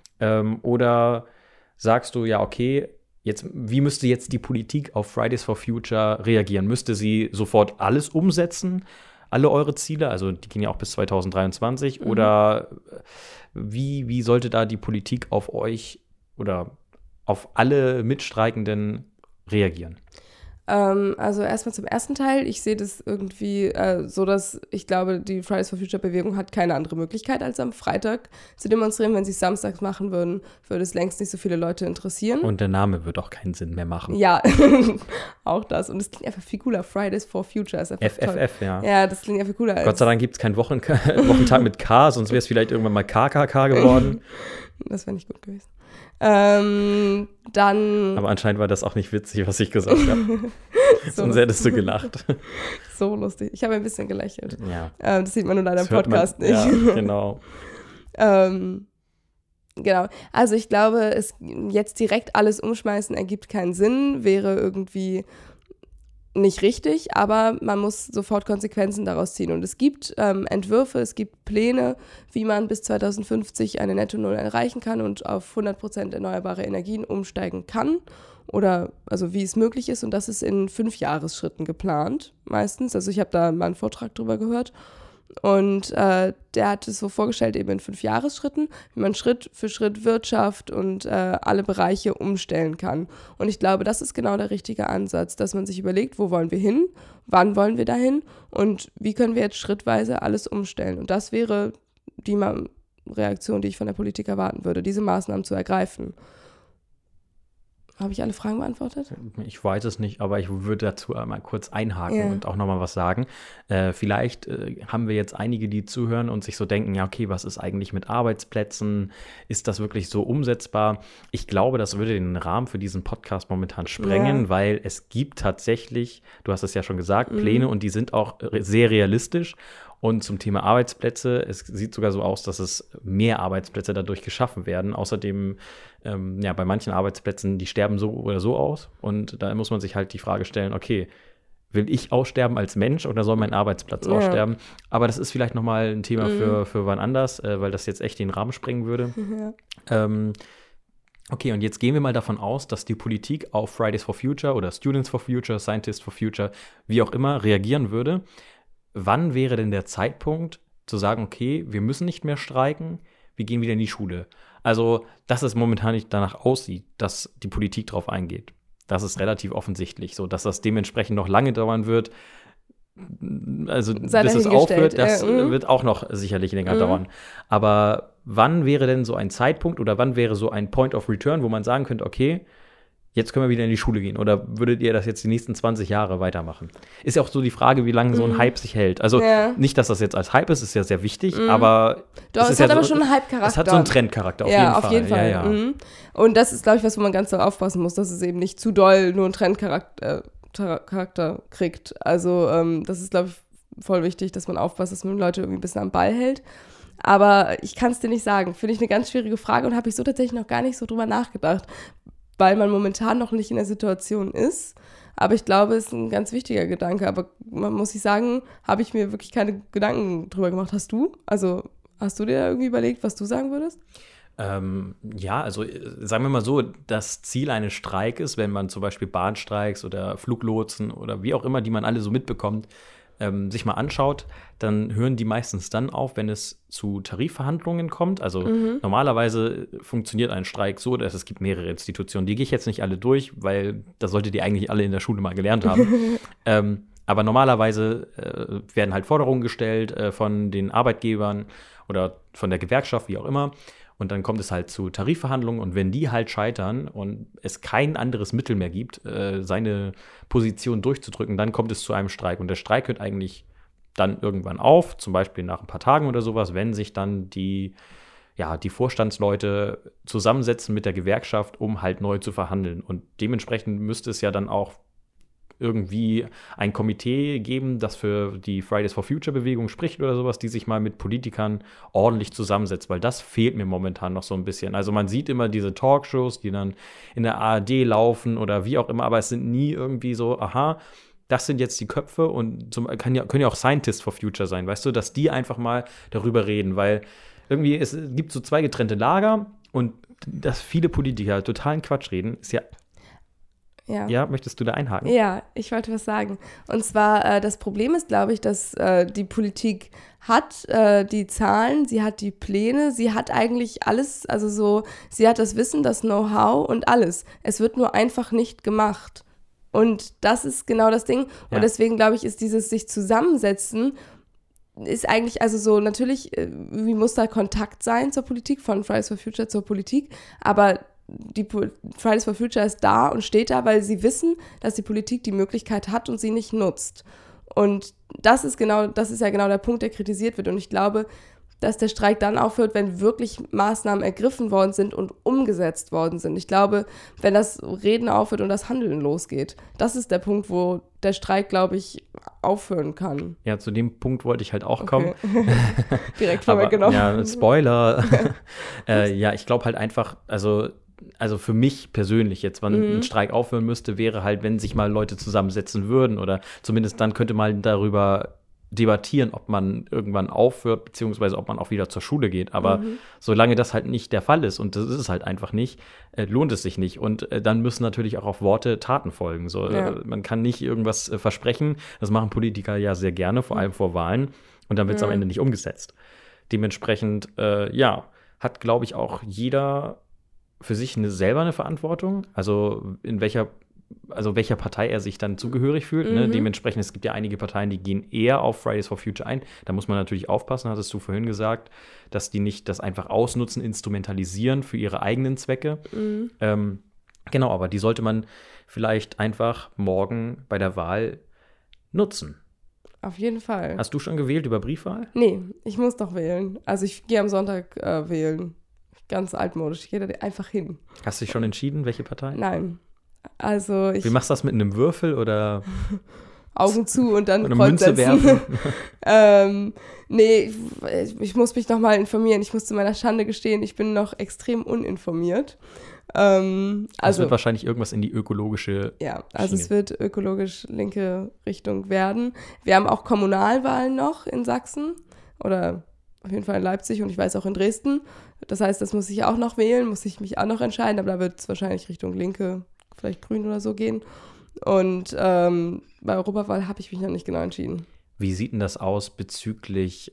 S1: Oder sagst du, ja, okay, wie müsste jetzt die Politik auf Fridays for Future reagieren? Müsste sie sofort alles umsetzen, alle eure Ziele? Also die gehen ja auch bis 2023. Oder wie sollte da die Politik auf euch oder auf alle Mitstreikenden reagieren?
S2: Also erstmal zum ersten Teil. Ich sehe das irgendwie so, dass ich glaube, die Fridays for Future Bewegung hat keine andere Möglichkeit, als am Freitag zu demonstrieren. Wenn sie es samstags machen würden, würde es längst nicht so viele Leute interessieren.
S1: Und der Name wird auch keinen Sinn mehr machen.
S2: Ja, auch das. Und es klingt einfach viel cooler. Fridays for Future ist einfach
S1: FFF,
S2: toll.
S1: ja.
S2: Ja, das klingt einfach cooler.
S1: Gott sei Dank gibt es keinen Wochentag mit K, sonst wäre es vielleicht irgendwann mal KKK geworden.
S2: Das wäre nicht gut gewesen. Dann.
S1: Aber anscheinend war das auch nicht witzig, was ich gesagt habe. Sonst hättest du gelacht.
S2: So lustig. Ich habe ein bisschen gelächelt.
S1: Ja.
S2: Das sieht man nur leider im Podcast nicht.
S1: Ja, genau.
S2: Genau. Also ich glaube, jetzt direkt alles umschmeißen ergibt keinen Sinn. Wäre irgendwie nicht richtig, aber man muss sofort Konsequenzen daraus ziehen. Und es gibt Entwürfe, es gibt Pläne, wie man bis 2050 eine Netto-Null erreichen kann und auf 100% erneuerbare Energien umsteigen kann. Oder also wie es möglich ist. Und das ist in 5-Jahresschritten geplant, meistens. Also ich habe da mal einen Vortrag drüber gehört. Und der hat es so vorgestellt, eben in 5-Jahresschritten, wie man Schritt für Schritt Wirtschaft und alle Bereiche umstellen kann. Und ich glaube, das ist genau der richtige Ansatz, dass man sich überlegt, wo wollen wir hin, wann wollen wir dahin und wie können wir jetzt schrittweise alles umstellen. Und das wäre die Reaktion, die ich von der Politik erwarten würde, diese Maßnahmen zu ergreifen. Habe ich alle Fragen beantwortet?
S1: Ich weiß es nicht, aber ich würde dazu einmal kurz einhaken und auch nochmal was sagen. Vielleicht haben wir jetzt einige, die zuhören und sich so denken, ja okay, was ist eigentlich mit Arbeitsplätzen? Ist das wirklich so umsetzbar? Ich glaube, das würde den Rahmen für diesen Podcast momentan sprengen, weil es gibt tatsächlich, du hast es ja schon gesagt, Pläne und die sind auch sehr realistisch. Und zum Thema Arbeitsplätze, es sieht sogar so aus, dass es mehr Arbeitsplätze dadurch geschaffen werden. Außerdem, bei manchen Arbeitsplätzen, die sterben so oder so aus. Und da muss man sich halt die Frage stellen, okay, will ich aussterben als Mensch oder soll mein Arbeitsplatz aussterben? Aber das ist vielleicht nochmal ein Thema für wann anders, weil das jetzt echt den Rahmen sprengen würde. Okay, und jetzt gehen wir mal davon aus, dass die Politik auf Fridays for Future oder Students for Future, Scientists for Future, wie auch immer, reagieren würde. Wann wäre denn der Zeitpunkt zu sagen, okay, wir müssen nicht mehr streiken, wir gehen wieder in die Schule? Also, dass es momentan nicht danach aussieht, dass die Politik darauf eingeht. Das ist relativ offensichtlich, so dass das dementsprechend noch lange dauern wird. Also, bis es aufhört, das wird auch noch sicherlich länger dauern. Aber wann wäre denn so ein Zeitpunkt oder wann wäre so ein Point of Return, wo man sagen könnte, okay, jetzt können wir wieder in die Schule gehen? Oder würdet ihr das jetzt die nächsten 20 Jahre weitermachen? Ist ja auch so die Frage, wie lange so ein Hype sich hält. Also nicht, dass das jetzt als Hype ist ja sehr wichtig, aber
S2: doch, es hat aber schon einen Hype-Charakter.
S1: Es hat so einen Trendcharakter, auf jeden Fall. Ja.
S2: Und das ist, glaube ich, was, wo man ganz doll aufpassen muss, dass es eben nicht zu doll nur einen Trendcharakter kriegt. Also das ist, glaube ich, voll wichtig, dass man aufpasst, dass man Leute irgendwie ein bisschen am Ball hält. Aber ich kann es dir nicht sagen. Finde ich eine ganz schwierige Frage und habe ich so tatsächlich noch gar nicht so drüber nachgedacht, weil man momentan noch nicht in der Situation ist. Aber ich glaube, es ist ein ganz wichtiger Gedanke. Aber man muss sich sagen, habe ich mir wirklich keine Gedanken drüber gemacht. Hast du? Also hast du dir irgendwie überlegt, was du sagen würdest?
S1: Also sagen wir mal so, das Ziel eines Streikes, wenn man zum Beispiel Bahnstreiks oder Fluglotsen oder wie auch immer, die man alle so mitbekommt, sich mal anschaut, dann hören die meistens dann auf, wenn es zu Tarifverhandlungen kommt. Also normalerweise funktioniert ein Streik so, dass es gibt mehrere Institutionen. Die gehe ich jetzt nicht alle durch, weil das solltet ihr eigentlich alle in der Schule mal gelernt haben. Aber normalerweise werden halt Forderungen gestellt von den Arbeitgebern oder von der Gewerkschaft, wie auch immer. Und dann kommt es halt zu Tarifverhandlungen und wenn die halt scheitern und es kein anderes Mittel mehr gibt, seine Position durchzudrücken, dann kommt es zu einem Streik. Und der Streik hört eigentlich dann irgendwann auf, zum Beispiel nach ein paar Tagen oder sowas, wenn sich dann die Vorstandsleute zusammensetzen mit der Gewerkschaft, um halt neu zu verhandeln. Und dementsprechend müsste es ja dann auch irgendwie ein Komitee geben, das für die Fridays for Future Bewegung spricht oder sowas, die sich mal mit Politikern ordentlich zusammensetzt, weil das fehlt mir momentan noch so ein bisschen. Also man sieht immer diese Talkshows, die dann in der ARD laufen oder wie auch immer, aber es sind nie irgendwie so, aha, das sind jetzt die Köpfe und können ja auch Scientists for Future sein, weißt du, dass die einfach mal darüber reden, weil irgendwie es gibt so zwei getrennte Lager und dass viele Politiker totalen Quatsch reden, ist ja, möchtest du da einhaken?
S2: Ja, ich wollte was sagen. Und zwar, das Problem ist, glaube ich, dass die Politik hat die Zahlen, sie hat die Pläne, sie hat eigentlich alles, also so, sie hat das Wissen, das Know-how und alles. Es wird nur einfach nicht gemacht. Und das ist genau das Ding. Und deswegen, glaube ich, ist dieses sich zusammensetzen, ist eigentlich, also so natürlich, wie muss da Kontakt sein zur Politik, von Fridays for Future zur Politik, aber die Fridays for Future ist da und steht da, weil sie wissen, dass die Politik die Möglichkeit hat und sie nicht nutzt. Und das ist ja genau der Punkt, der kritisiert wird. Und ich glaube, dass der Streik dann aufhört, wenn wirklich Maßnahmen ergriffen worden sind und umgesetzt worden sind. Ich glaube, wenn das Reden aufhört und das Handeln losgeht, das ist der Punkt, wo der Streik, glaube ich, aufhören kann.
S1: Ja, zu dem Punkt wollte ich halt auch kommen.
S2: Direkt vorweggenommen.
S1: Ja, Spoiler. Ich glaube halt einfach, also also für mich persönlich jetzt, wann ein Streik aufhören müsste, wäre halt, wenn sich mal Leute zusammensetzen würden oder zumindest dann könnte man darüber debattieren, ob man irgendwann aufhört, beziehungsweise ob man auch wieder zur Schule geht. Aber solange das halt nicht der Fall ist, und das ist es halt einfach nicht, lohnt es sich nicht. Und dann müssen natürlich auch auf Worte Taten folgen. So, man kann nicht irgendwas versprechen. Das machen Politiker ja sehr gerne, vor allem vor Wahlen. Und dann wird es am Ende nicht umgesetzt. Dementsprechend, hat, glaube ich, auch jeder für sich selber eine Verantwortung. Also welcher Partei er sich dann zugehörig fühlt. Ne? Dementsprechend, es gibt ja einige Parteien, die gehen eher auf Fridays for Future ein. Da muss man natürlich aufpassen, hattest du vorhin gesagt, dass die nicht das einfach ausnutzen, instrumentalisieren für ihre eigenen Zwecke. Genau, aber die sollte man vielleicht einfach morgen bei der Wahl nutzen.
S2: Auf jeden Fall.
S1: Hast du schon gewählt über Briefwahl?
S2: Nee, ich muss doch wählen. Also ich gehe am Sonntag wählen. Ganz altmodisch. Ich gehe da einfach hin.
S1: Hast du dich schon entschieden, welche Partei?
S2: Nein. Also
S1: Wie machst du das mit einem Würfel oder
S2: Augen zu und dann
S1: eine
S2: Kreuz
S1: Münze
S2: setzen.
S1: werfen?
S2: Nee, ich muss mich noch mal informieren. Ich muss zu meiner Schande gestehen, ich bin noch extrem uninformiert.
S1: Es wird wahrscheinlich irgendwas in die ökologische
S2: Ja, also
S1: Schiene.
S2: es wird ökologisch linke Richtung werden. Wir haben auch Kommunalwahlen noch in Sachsen oder auf jeden Fall in Leipzig und ich weiß auch in Dresden. Das heißt, das muss ich auch noch wählen, muss ich mich auch noch entscheiden, aber da wird es wahrscheinlich Richtung Linke, vielleicht Grün oder so gehen. Und bei Europawahl habe ich mich noch nicht genau entschieden.
S1: Wie sieht denn das aus bezüglich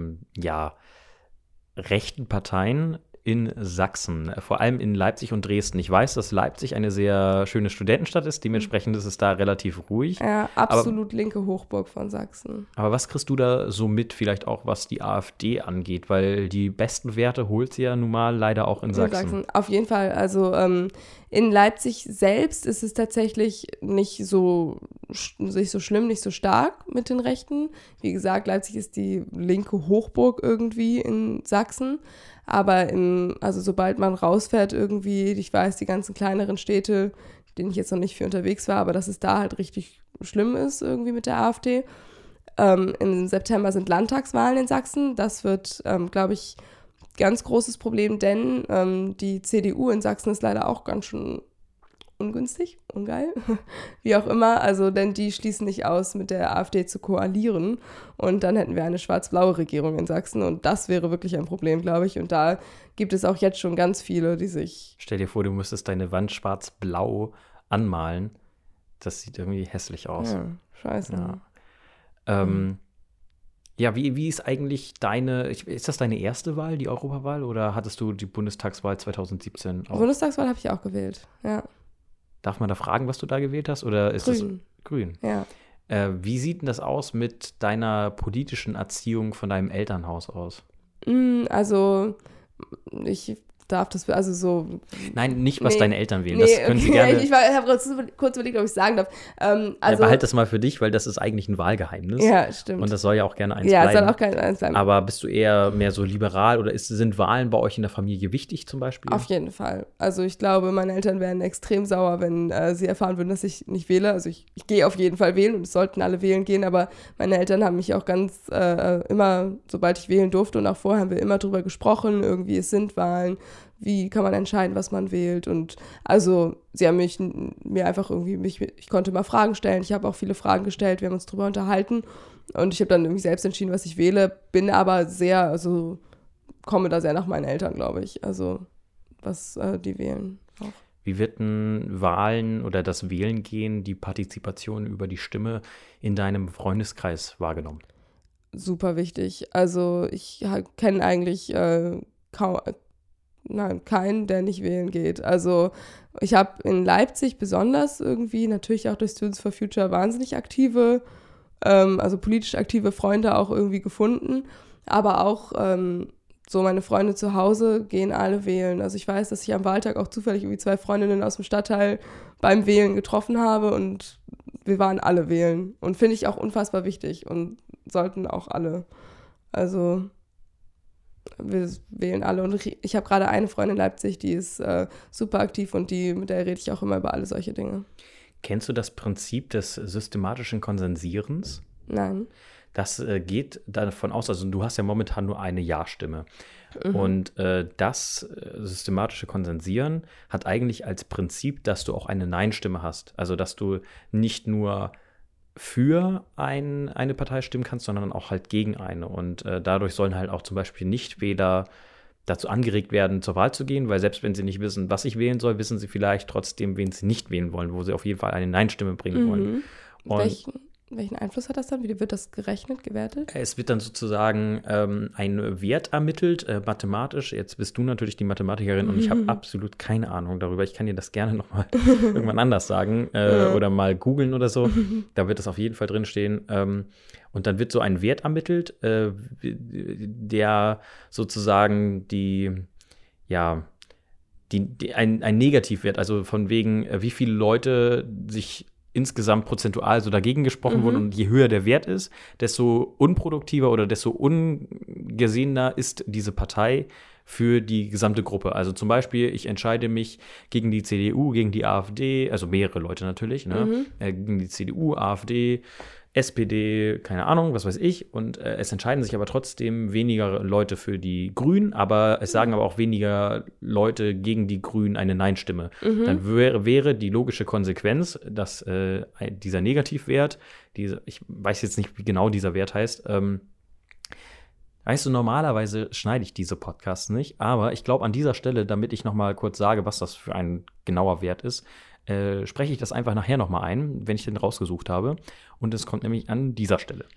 S1: rechten Parteien in Sachsen, vor allem in Leipzig und Dresden? Ich weiß, dass Leipzig eine sehr schöne Studentenstadt ist, dementsprechend ist es da relativ ruhig.
S2: Ja, absolut linke Hochburg von Sachsen.
S1: Aber was kriegst du da so mit, vielleicht auch was die AfD angeht? Weil die besten Werte holt sie ja nun mal leider auch in Sachsen.
S2: Auf jeden Fall. Also in Leipzig selbst ist es tatsächlich nicht so schlimm, nicht so stark mit den Rechten. Wie gesagt, Leipzig ist die linke Hochburg irgendwie in Sachsen. Aber sobald man rausfährt irgendwie, ich weiß, die ganzen kleineren Städte, in denen ich jetzt noch nicht viel unterwegs war, aber dass es da halt richtig schlimm ist irgendwie mit der AfD. Im September sind Landtagswahlen in Sachsen. Das wird, glaube ich, ganz großes Problem, denn die CDU in Sachsen ist leider auch ganz schön ungünstig, ungeil, wie auch immer. Also, denn die schließen nicht aus, mit der AfD zu koalieren. Und dann hätten wir eine schwarz-blaue Regierung in Sachsen. Und das wäre wirklich ein Problem, glaube ich. Und da gibt es auch jetzt schon ganz viele, die sich...
S1: Stell dir vor, du müsstest deine Wand schwarz-blau anmalen. Das sieht irgendwie hässlich aus.
S2: Ja, scheiße.
S1: Ja. Wie ist eigentlich ist das deine erste Wahl, die Europawahl, oder hattest du die Bundestagswahl 2017 auch?
S2: Bundestagswahl habe ich auch gewählt, ja.
S1: Darf man da fragen, was du da gewählt hast, oder ist
S2: Grün.
S1: das grün?
S2: Ja.
S1: Wie sieht denn das aus mit deiner politischen Erziehung von deinem Elternhaus aus?
S2: Also, ich darf das, also so...
S1: Nein, nicht, was deine Eltern wählen. Das können sie gerne...
S2: Ich habe kurz überlegt, ob ich sagen darf.
S1: Behalt das mal für dich, weil das ist eigentlich ein Wahlgeheimnis.
S2: Ja, stimmt.
S1: Und das soll ja auch gerne eins
S2: bleiben.
S1: bleiben.
S2: Ja, es soll auch gerne eins bleiben.
S1: Aber bist du eher mehr so liberal oder sind Wahlen bei euch in der Familie wichtig zum Beispiel?
S2: Auf jeden Fall. Also ich glaube, meine Eltern wären extrem sauer, wenn sie erfahren würden, dass ich nicht wähle. Also ich gehe auf jeden Fall wählen und es sollten alle wählen gehen, aber meine Eltern haben mich auch ganz immer, sobald ich wählen durfte und auch vorher, haben wir immer drüber gesprochen, irgendwie es sind Wahlen, wie kann man entscheiden, was man wählt, und also sie haben mir einfach irgendwie, ich konnte mal Fragen stellen, ich habe auch viele Fragen gestellt, wir haben uns drüber unterhalten und ich habe dann irgendwie selbst entschieden, was ich wähle, bin aber komme da sehr nach meinen Eltern, glaube ich, also was die wählen auch.
S1: Wie wird denn Wahlen oder das Wählen gehen, die Partizipation über die Stimme in deinem Freundeskreis wahrgenommen?
S2: Super wichtig, also ich kenne eigentlich keinen, der nicht wählen geht. Also ich habe in Leipzig besonders irgendwie, natürlich auch durch Students for Future, wahnsinnig aktive, also politisch aktive Freunde auch irgendwie gefunden. Aber auch so meine Freunde zu Hause gehen alle wählen. Also ich weiß, dass ich am Wahltag auch zufällig irgendwie 2 Freundinnen aus dem Stadtteil beim Wählen getroffen habe und wir waren alle wählen. Und finde ich auch unfassbar wichtig und sollten auch alle. Also wir wählen alle und ich habe gerade eine Freundin in Leipzig, die ist super aktiv und mit der rede ich auch immer über alle solche Dinge.
S1: Kennst du das Prinzip des systematischen Konsensierens?
S2: Nein.
S1: Das geht davon aus, also du hast ja momentan nur eine Ja-Stimme. Und das systematische Konsensieren hat eigentlich als Prinzip, dass du auch eine Nein-Stimme hast. Also dass du nicht nur für eine Partei stimmen kannst, sondern auch halt gegen eine. Und dadurch sollen halt auch zum Beispiel Nichtwähler dazu angeregt werden, zur Wahl zu gehen, weil selbst wenn sie nicht wissen, was ich wählen soll, wissen sie vielleicht trotzdem, wen sie nicht wählen wollen, wo sie auf jeden Fall eine Nein-Stimme bringen wollen. Und
S2: welchen Einfluss hat das dann? Wie wird das gerechnet, gewertet?
S1: es wird dann sozusagen ein Wert ermittelt, mathematisch. Jetzt bist du natürlich die Mathematikerin und ich habe absolut keine Ahnung darüber. Ich kann dir das gerne nochmal irgendwann anders sagen oder mal googeln oder so. Da wird das auf jeden Fall drinstehen. Und dann wird so ein Wert ermittelt, der sozusagen ein Negativwert, also von wegen, wie viele Leute sich insgesamt prozentual so dagegen gesprochen wurden. Und je höher der Wert ist, desto unproduktiver oder desto ungesehener ist diese Partei für die gesamte Gruppe. Also zum Beispiel, ich entscheide mich gegen die CDU, gegen die AfD, also mehrere Leute natürlich, ne? Gegen die CDU, AfD, SPD, keine Ahnung, was weiß ich. Und es entscheiden sich aber trotzdem weniger Leute für die Grünen, aber es sagen aber auch weniger Leute gegen die Grünen eine Nein-Stimme. Dann wäre die logische Konsequenz, dass dieser Negativwert, ich weiß jetzt nicht, wie genau dieser Wert heißt, weißt du, normalerweise schneide ich diese Podcasts nicht, aber ich glaube an dieser Stelle, damit ich noch mal kurz sage, was das für ein genauer Wert ist, spreche ich das einfach nachher noch mal ein, wenn ich den rausgesucht habe. Und es kommt nämlich an dieser Stelle.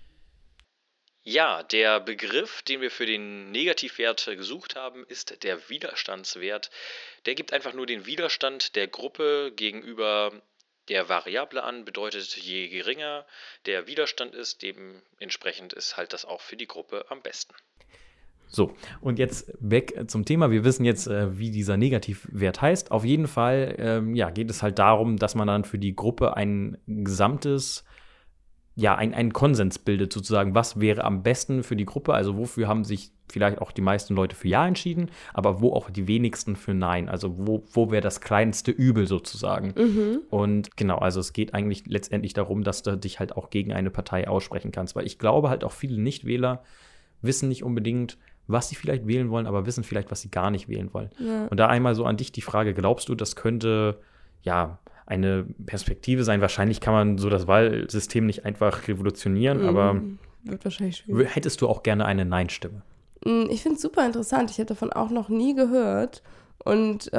S1: Ja, der Begriff, den wir für den Negativwert gesucht haben, ist der Widerstandswert. Der gibt einfach nur den Widerstand der Gruppe gegenüber der Variable an, bedeutet, je geringer der Widerstand ist, dementsprechend ist halt das auch für die Gruppe am besten. So, und jetzt weg zum Thema. Wir wissen jetzt, wie dieser Negativwert heißt. Auf jeden Fall geht es halt darum, dass man dann für die Gruppe ein gesamtes, einen Konsens bildet sozusagen. Was wäre am besten für die Gruppe? Also wofür haben sich vielleicht auch die meisten Leute für Ja entschieden, aber wo auch die wenigsten für Nein? Also wo wäre das kleinste Übel sozusagen? Und genau, also es geht eigentlich letztendlich darum, dass du dich halt auch gegen eine Partei aussprechen kannst. Weil ich glaube halt auch viele Nichtwähler wissen nicht unbedingt, was sie vielleicht wählen wollen, aber wissen vielleicht, was sie gar nicht wählen wollen. Ja. Und da einmal so an dich die Frage, glaubst du, das könnte eine Perspektive sein? Wahrscheinlich kann man so das Wahlsystem nicht einfach revolutionieren, aber
S2: wird wahrscheinlich schwierig.
S1: Hättest du auch gerne eine Nein-Stimme?
S2: Ich finde es super interessant. Ich habe davon auch noch nie gehört. Und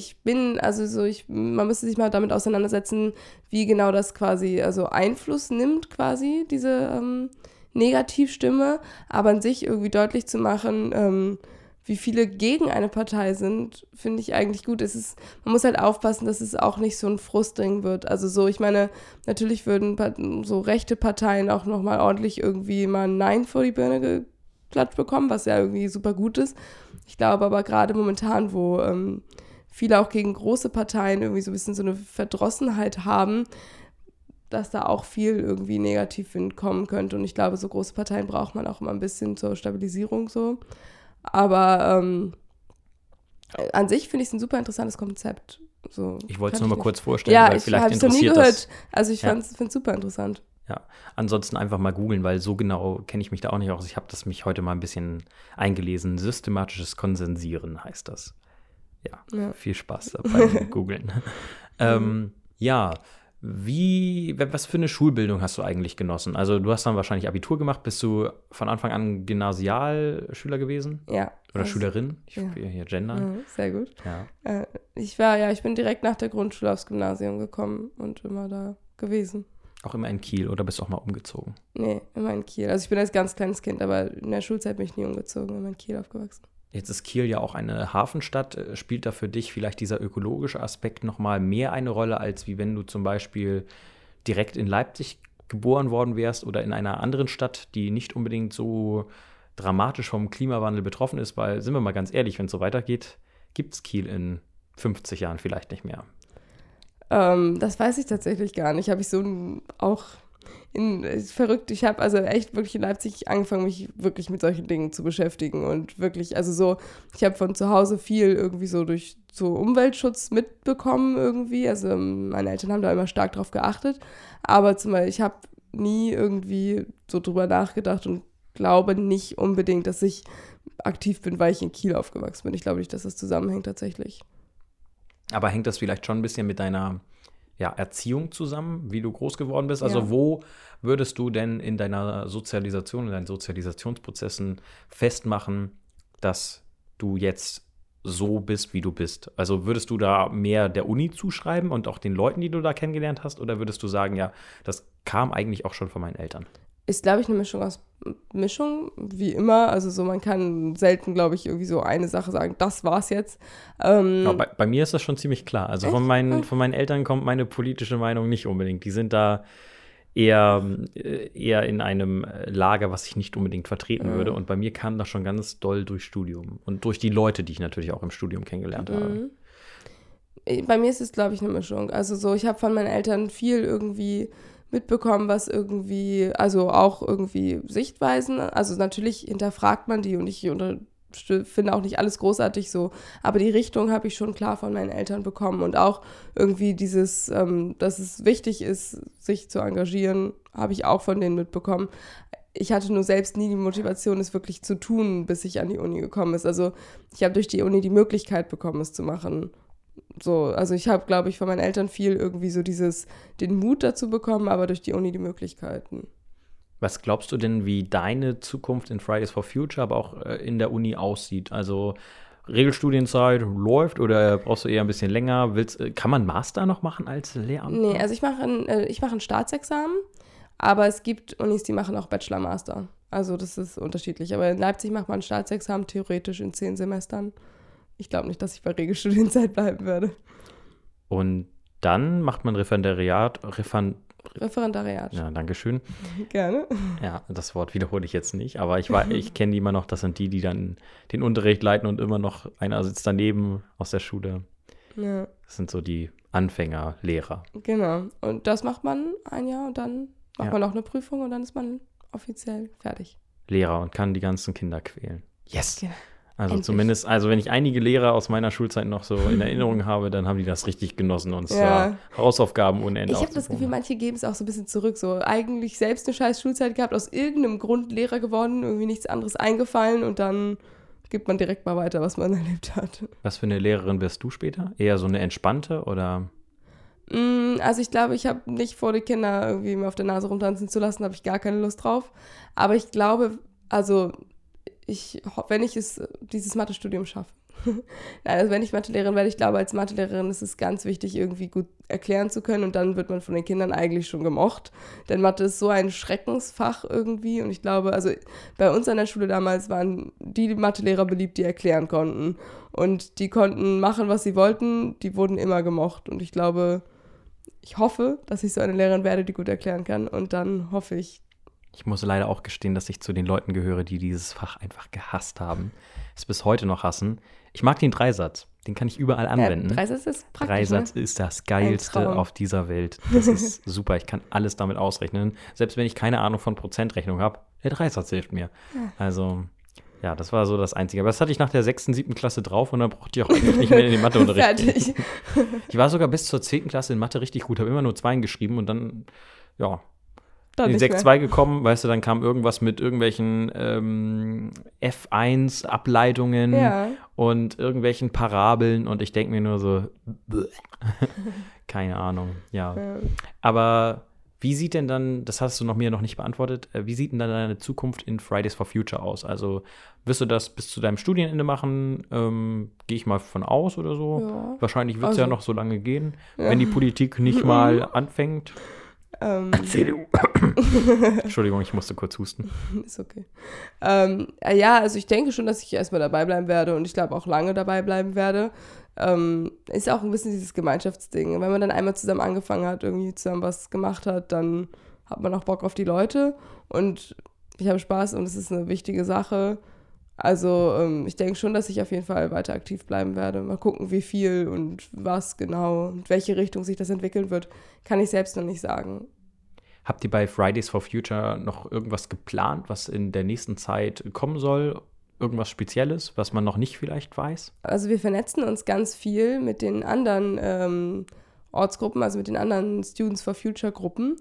S2: man müsste sich mal damit auseinandersetzen, wie genau das quasi, also Einfluss nimmt quasi, diese Negativstimme, aber an sich irgendwie deutlich zu machen, wie viele gegen eine Partei sind, finde ich eigentlich gut. Man muss halt aufpassen, dass es auch nicht so ein Frustding wird. Also so, ich meine, natürlich würden so rechte Parteien auch nochmal ordentlich irgendwie mal ein Nein vor die Birne geklatscht bekommen, was ja irgendwie super gut ist. Ich glaube aber gerade momentan, wo viele auch gegen große Parteien irgendwie so ein bisschen so eine Verdrossenheit haben, dass da auch viel irgendwie Negativwind kommen könnte. Und ich glaube, so große Parteien braucht man auch immer ein bisschen zur Stabilisierung so. Aber an sich finde ich es ein super interessantes Konzept. So,
S1: ich wollte es nur mal kurz vorstellen, weil vielleicht interessiert das.
S2: Also ich finde es super interessant.
S1: Ja, ansonsten einfach mal googeln, weil so genau kenne ich mich da auch nicht aus. Ich habe mich heute mal ein bisschen eingelesen. Systematisches Konsensieren heißt das. Ja. Viel Spaß beim Googeln. Was für eine Schulbildung hast du eigentlich genossen? Also du hast dann wahrscheinlich Abitur gemacht. Bist du von Anfang an Gymnasialschüler gewesen?
S2: Ja.
S1: Oder Schülerin? Ich will hier gendern.
S2: Ja, sehr gut.
S1: Ja.
S2: Ich bin direkt nach der Grundschule aufs Gymnasium gekommen und immer da gewesen.
S1: Auch immer in Kiel oder bist du auch mal umgezogen?
S2: Nee, immer in Kiel. Also ich bin als ganz kleines Kind, aber in der Schulzeit bin ich nie umgezogen, immer in Kiel aufgewachsen.
S1: Jetzt ist Kiel ja auch eine Hafenstadt. Spielt da für dich vielleicht dieser ökologische Aspekt noch mal mehr eine Rolle, als wie wenn du zum Beispiel direkt in Leipzig geboren worden wärst oder in einer anderen Stadt, die nicht unbedingt so dramatisch vom Klimawandel betroffen ist? Weil, sind wir mal ganz ehrlich, wenn es so weitergeht, gibt es Kiel in 50 Jahren vielleicht nicht mehr.
S2: Das weiß ich tatsächlich gar nicht. Habe ich so auch ist verrückt. Ich habe also echt wirklich in Leipzig angefangen, mich wirklich mit solchen Dingen zu beschäftigen und wirklich, also so, ich habe von zu Hause viel irgendwie so durch so Umweltschutz mitbekommen irgendwie. Also meine Eltern haben da immer stark drauf geachtet. Aber zum Beispiel, ich habe nie irgendwie so drüber nachgedacht und glaube nicht unbedingt, dass ich aktiv bin, weil ich in Kiel aufgewachsen bin. Ich glaube nicht, dass das zusammenhängt tatsächlich.
S1: Aber hängt das vielleicht schon ein bisschen mit deiner Erziehung zusammen, wie du groß geworden bist? Also wo würdest du denn in deiner Sozialisation, in deinen Sozialisationsprozessen festmachen, dass du jetzt so bist, wie du bist? Also würdest du da mehr der Uni zuschreiben und auch den Leuten, die du da kennengelernt hast? Oder würdest du sagen, ja, das kam eigentlich auch schon von meinen Eltern?
S2: Ist, glaube ich, eine Mischung, wie immer. Also so, man kann selten, glaube ich, irgendwie so eine Sache sagen, das war's jetzt.
S1: Bei mir ist das schon ziemlich klar. Also von meinen Eltern kommt meine politische Meinung nicht unbedingt. Die sind da eher in einem Lager, was ich nicht unbedingt vertreten würde. Und bei mir kam das schon ganz doll durch Studium und durch die Leute, die ich natürlich auch im Studium kennengelernt habe.
S2: Bei mir ist es, glaube ich, eine Mischung. Also so, ich habe von meinen Eltern viel irgendwie mitbekommen, was irgendwie, also auch irgendwie Sichtweisen, also natürlich hinterfragt man die und ich finde auch nicht alles großartig so, aber die Richtung habe ich schon klar von meinen Eltern bekommen und auch irgendwie dieses, dass es wichtig ist, sich zu engagieren, habe ich auch von denen mitbekommen. Ich hatte nur selbst nie die Motivation, es wirklich zu tun, bis ich an die Uni gekommen ist. Also ich habe durch die Uni die Möglichkeit bekommen, es zu machen. So, also ich habe, glaube ich, von meinen Eltern viel irgendwie so den Mut dazu bekommen, aber durch die Uni die Möglichkeiten.
S1: Was glaubst du denn, wie deine Zukunft in Fridays for Future, aber auch in der Uni aussieht? Also Regelstudienzeit läuft oder brauchst du eher ein bisschen länger? Kann man Master noch machen als Lehramt?
S2: Nee, also ich mache ein Staatsexamen, aber es gibt Unis, die machen auch Bachelor-Master. Also das ist unterschiedlich. Aber in Leipzig macht man ein Staatsexamen theoretisch in 10 Semestern. Ich glaube nicht, dass ich bei Regelstudienzeit bleiben werde.
S1: Und dann macht man Referendariat. Ja, danke schön.
S2: Gerne.
S1: Ja, das Wort wiederhole ich jetzt nicht, aber ich kenne die immer noch, das sind die dann den Unterricht leiten und immer noch einer sitzt daneben aus der Schule.
S2: Ja.
S1: Das sind so die Anfängerlehrer.
S2: Genau. Und das macht man ein Jahr und dann macht man noch eine Prüfung und dann ist man offiziell fertig.
S1: Lehrer und kann die ganzen Kinder quälen. Yes! Genau. Also
S2: endlich.
S1: Zumindest, wenn ich einige Lehrer aus meiner Schulzeit noch so in Erinnerung habe, dann haben die das richtig genossen und zwar Hausaufgaben ohne Ende.
S2: Ich habe das Gefühl, manche geben es auch so ein bisschen zurück. So eigentlich selbst eine scheiß Schulzeit gehabt, aus irgendeinem Grund Lehrer geworden, irgendwie nichts anderes eingefallen und dann gibt man direkt mal weiter, was man erlebt hat.
S1: Was für eine Lehrerin wirst du später? Eher so eine entspannte oder?
S2: Also ich glaube, ich habe nicht vor, die Kinder irgendwie mir auf der Nase rumtanzen zu lassen, habe ich gar keine Lust drauf. Aber ich glaube, also wenn ich dieses Mathe-Studium schaffe. Nein, also wenn ich Mathelehrerin werde, ich glaube, als Mathelehrerin ist es ganz wichtig, irgendwie gut erklären zu können und dann wird man von den Kindern eigentlich schon gemocht. Denn Mathe ist so ein Schreckensfach irgendwie und ich glaube, also bei uns an der Schule damals waren die Mathelehrer beliebt, die erklären konnten und die konnten machen, was sie wollten, die wurden immer gemocht und ich hoffe, dass ich so eine Lehrerin werde, die gut erklären kann und dann hoffe ich.
S1: Ich muss leider auch gestehen, dass ich zu den Leuten gehöre, die dieses Fach einfach gehasst haben, es bis heute noch hassen. Ich mag den Dreisatz, den kann ich überall anwenden.
S2: Ja, Dreisatz ist praktisch.
S1: Dreisatz ist das Geilste auf dieser Welt. Das ist super, ich kann alles damit ausrechnen. Selbst wenn ich keine Ahnung von Prozentrechnung habe, der Dreisatz hilft mir. Ja. Also, ja, das war so das Einzige. Aber das hatte ich nach der 6., 7. Klasse drauf und dann brauchte ich auch eigentlich nicht mehr in den Matheunterricht. Fertig. Ich war sogar bis zur 10. Klasse in Mathe richtig gut, habe immer nur 2 geschrieben und dann, ja, in die 6-2 gekommen, weißt du, dann kam irgendwas mit irgendwelchen F1-Ableitungen und irgendwelchen Parabeln und ich denke mir nur so, keine Ahnung, ja. Aber wie sieht denn dann, das hast du mir noch nicht beantwortet, wie sieht denn dann deine Zukunft in Fridays for Future aus? Also wirst du das bis zu deinem Studienende machen? Gehe ich mal von aus oder so? Ja. Wahrscheinlich wird es ja noch so lange gehen, wenn die Politik nicht mal anfängt. CDU. Entschuldigung, ich musste kurz husten.
S2: Ist okay. Ja, also ich denke schon, dass ich erstmal dabei bleiben werde und ich glaube auch lange dabei bleiben werde. Ist auch ein bisschen dieses Gemeinschaftsding. Wenn man dann einmal zusammen angefangen hat, irgendwie zusammen was gemacht hat, dann hat man auch Bock auf die Leute und ich habe Spaß und es ist eine wichtige Sache. Also ich denke schon, dass ich auf jeden Fall weiter aktiv bleiben werde. Mal gucken, wie viel und was genau und welche Richtung sich das entwickeln wird, kann ich selbst noch nicht sagen.
S1: Habt ihr bei Fridays for Future noch irgendwas geplant, was in der nächsten Zeit kommen soll? Irgendwas Spezielles, was man noch nicht vielleicht weiß?
S2: Also wir vernetzen uns ganz viel mit den anderen Ortsgruppen, also mit den anderen Students for Future Gruppen.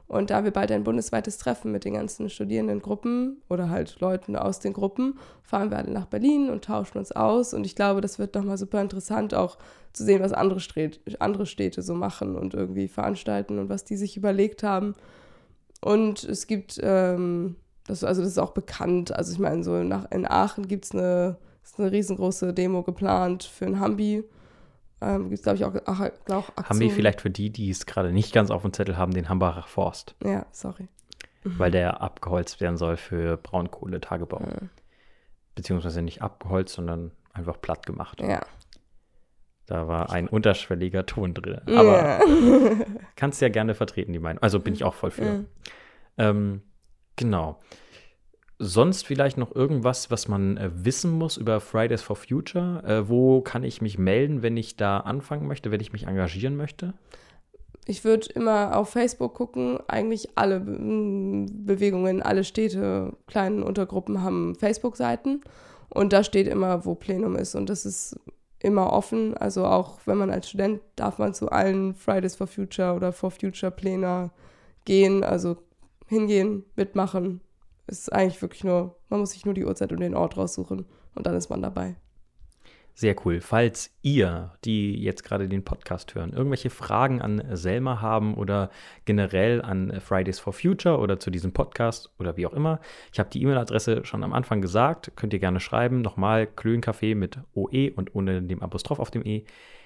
S2: Und da wir bald ein bundesweites Treffen mit den ganzen Studierendengruppen oder halt Leuten aus den Gruppen, fahren wir alle nach Berlin und tauschen uns aus. Und ich glaube, das wird nochmal super interessant, auch zu sehen, was andere Städte so machen und irgendwie veranstalten und was die sich überlegt haben. Und es gibt, das ist auch bekannt, also ich meine, so in Aachen gibt es eine riesengroße Demo geplant für ein Hambi. Gibt es, glaube ich, auch Aktionen.
S1: Hambi vielleicht für die es gerade nicht ganz auf dem Zettel haben, den Hambacher Forst.
S2: Ja, sorry.
S1: Weil der abgeholzt werden soll für Braunkohletagebau.
S2: Ja.
S1: Beziehungsweise nicht abgeholzt, sondern einfach platt gemacht.
S2: Ja.
S1: Da war ein unterschwelliger Ton drin. Aber kannst ja gerne vertreten, die Meinung. Also bin ich auch voll für. Genau. Sonst vielleicht noch irgendwas, was man wissen muss über Fridays for Future? Wo kann ich mich melden, wenn ich da anfangen möchte, wenn ich mich engagieren möchte?
S2: Ich würde immer auf Facebook gucken. Eigentlich alle Bewegungen, alle Städte, kleinen Untergruppen haben Facebook-Seiten. Und da steht immer, wo Plenum ist. Und das ist immer offen. Also auch wenn man als Student darf man zu allen Fridays for Future oder For Future Pläne gehen. Also hingehen, mitmachen. Ist eigentlich wirklich nur, man muss sich nur die Uhrzeit und den Ort raussuchen und dann ist man dabei.
S1: Sehr cool. Falls ihr, die jetzt gerade den Podcast hören, irgendwelche Fragen an Selma haben oder generell an Fridays for Future oder zu diesem Podcast oder wie auch immer, ich habe die E-Mail-Adresse schon am Anfang gesagt, könnt ihr gerne schreiben. Nochmal klöncafé mit OE und ohne dem Apostroph auf dem E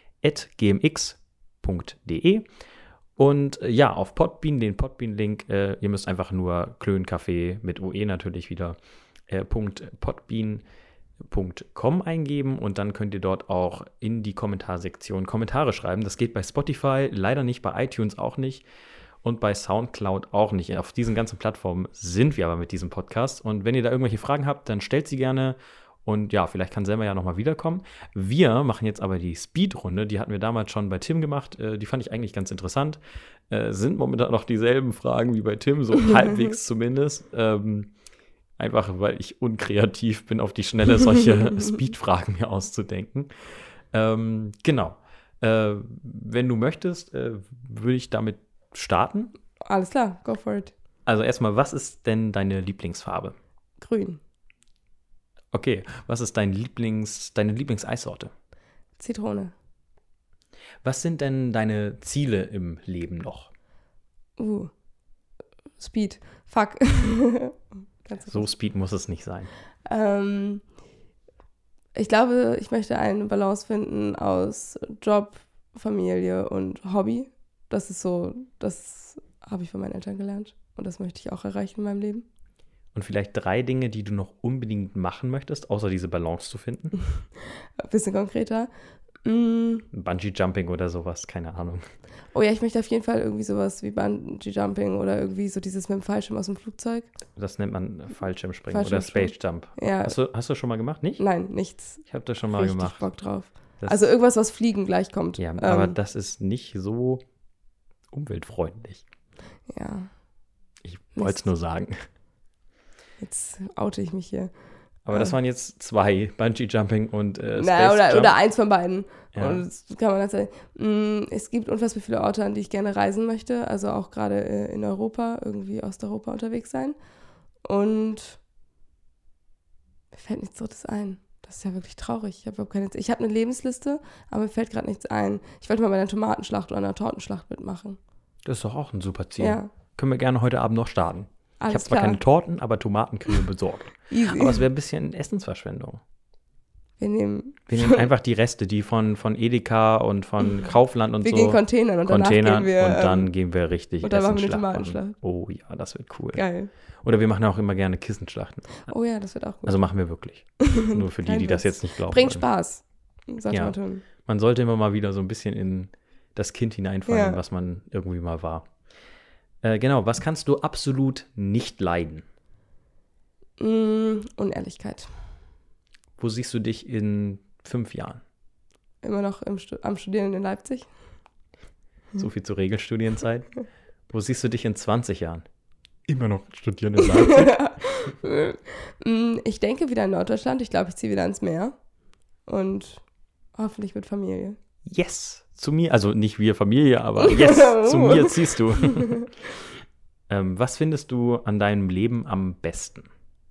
S1: @gmx.de. Und ja, auf Podbean, den Podbean-Link, ihr müsst einfach nur klöncafé mit OE natürlich wieder .podbean.com eingeben und dann könnt ihr dort auch in die Kommentarsektion Kommentare schreiben. Das geht bei Spotify, leider nicht, bei iTunes auch nicht und bei Soundcloud auch nicht. Auf diesen ganzen Plattformen sind wir aber mit diesem Podcast und wenn ihr da irgendwelche Fragen habt, dann stellt sie gerne. Und ja, vielleicht kann Selma ja nochmal wiederkommen. Wir machen jetzt aber die Speedrunde. Die hatten wir damals schon bei Tim gemacht. Die fand ich eigentlich ganz interessant. Sind momentan noch dieselben Fragen wie bei Tim, so halbwegs zumindest. Einfach, weil ich unkreativ bin, auf die Schnelle solche Speed-Fragen mir auszudenken. Genau. Wenn du möchtest, würde ich damit starten.
S2: Alles klar, go for it.
S1: Also erstmal, was ist denn deine Lieblingsfarbe?
S2: Grün.
S1: Okay, was ist deine Lieblingseissorte?
S2: Zitrone.
S1: Was sind denn deine Ziele im Leben noch?
S2: Speed. Fuck.
S1: So Speed muss es nicht sein.
S2: Ich glaube, ich möchte eine Balance finden aus Job, Familie und Hobby. Das habe ich von meinen Eltern gelernt. Und das möchte ich auch erreichen in meinem Leben.
S1: Und vielleicht 3 Dinge, die du noch unbedingt machen möchtest, außer diese Balance zu finden?
S2: Ein bisschen konkreter.
S1: Bungee-Jumping oder sowas, keine Ahnung.
S2: Oh ja, ich möchte auf jeden Fall irgendwie sowas wie Bungee-Jumping oder irgendwie so dieses mit dem Fallschirm aus dem Flugzeug.
S1: Das nennt man Fallschirmspringen oder Space Jump.
S2: Ja.
S1: Hast du schon mal gemacht, nicht?
S2: Nein, nichts.
S1: Ich habe das schon mal gemacht.
S2: Bock drauf. Also irgendwas, was Fliegen gleich kommt.
S1: Ja, aber das ist nicht so umweltfreundlich.
S2: Ja.
S1: Ich wollte es nur sagen.
S2: Jetzt oute ich mich hier.
S1: Aber das waren jetzt 2, Bungee-Jumping und Space Jump.
S2: Oder eins von beiden.
S1: Ja.
S2: Und das kann man dann sagen. Es gibt unfassbar viele Orte, an die ich gerne reisen möchte. Also auch gerade in Europa, irgendwie Osteuropa unterwegs sein. Und mir fällt nichts Drittes ein. Das ist ja wirklich traurig. Ich habe eine Lebensliste, aber mir fällt gerade nichts ein. Ich wollte mal bei einer Tomatenschlacht oder einer Tortenschlacht mitmachen.
S1: Das ist doch auch ein super Ziel.
S2: Ja.
S1: Können wir gerne heute Abend noch starten. Ich habe zwar keine Torten, aber Tomaten kriegen wir besorgt.
S2: Easy.
S1: Aber es wäre ein bisschen Essensverschwendung.
S2: Wir nehmen
S1: einfach die Reste, die von Edeka und von Kaufland und
S2: wir
S1: so.
S2: Wir gehen Containern und danach gehen wir...
S1: Und dann gehen wir richtig
S2: und dann machen wir eine
S1: Essenschlacht
S2: Tomatenschlacht.
S1: Oh ja, das wird cool.
S2: Geil.
S1: Oder wir machen auch immer gerne Kissenschlachten.
S2: Oh ja, das wird auch gut.
S1: Also machen wir wirklich. Nur für die das jetzt nicht glauben.
S2: Bringt Spaß.
S1: Ja. Man sollte immer mal wieder so ein bisschen in das Kind hineinfallen, was man irgendwie mal war. Genau, was kannst du absolut nicht leiden?
S2: Unehrlichkeit.
S1: Wo siehst du dich in 5 Jahren?
S2: Immer noch am Studieren in Leipzig.
S1: So viel zur Regelstudienzeit. Wo siehst du dich in 20 Jahren? Immer noch studieren in Leipzig.
S2: Ich denke wieder in Norddeutschland. Ich glaube, ich ziehe wieder ans Meer. Und hoffentlich mit Familie.
S1: Yes! Zu mir, also nicht wir Familie, aber yes, zu mir ziehst du. Was findest du an deinem Leben am besten?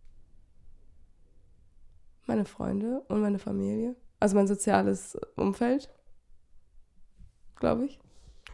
S2: Meine Freunde und meine Familie. Also mein soziales Umfeld, glaube ich.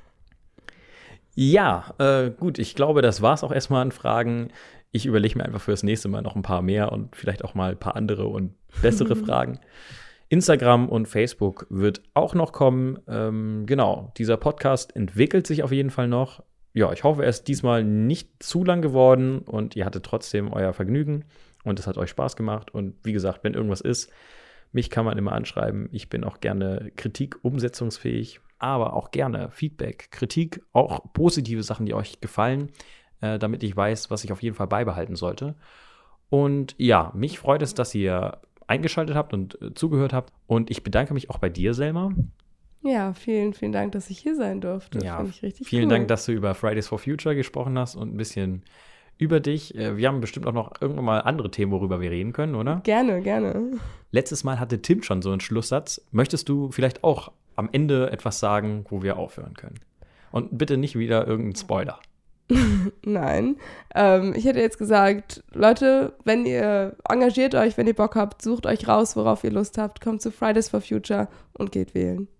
S1: Ja, gut, ich glaube, das war es auch erstmal an Fragen. Ich überlege mir einfach für das nächste Mal noch ein paar mehr und vielleicht auch mal ein paar andere und bessere Fragen. Instagram und Facebook wird auch noch kommen. Genau, dieser Podcast entwickelt sich auf jeden Fall noch. Ja, ich hoffe, er ist diesmal nicht zu lang geworden und ihr hattet trotzdem euer Vergnügen und es hat euch Spaß gemacht. Und wie gesagt, wenn irgendwas ist, mich kann man immer anschreiben. Ich bin auch gerne Kritik umsetzungsfähig, aber auch gerne Feedback, Kritik, auch positive Sachen, die euch gefallen, damit ich weiß, was ich auf jeden Fall beibehalten sollte. Und ja, mich freut es, dass ihr eingeschaltet habt und zugehört habt. Und ich bedanke mich auch bei dir, Selma.
S2: Ja, vielen, vielen Dank, dass ich hier sein durfte.
S1: Ja,
S2: Fand ich richtig
S1: vielen
S2: cool.
S1: Dank, dass du über Fridays for Future gesprochen hast und ein bisschen über dich. Wir haben bestimmt auch noch irgendwann mal andere Themen, worüber wir reden können, oder?
S2: Gerne, gerne.
S1: Letztes Mal hatte Tim schon so einen Schlusssatz. Möchtest du vielleicht auch am Ende etwas sagen, wo wir aufhören können? Und bitte nicht wieder irgendein Spoiler.
S2: Nein. Ich hätte jetzt gesagt, Leute, wenn ihr engagiert euch, wenn ihr Bock habt, sucht euch raus, worauf ihr Lust habt, kommt zu Fridays for Future und geht wählen.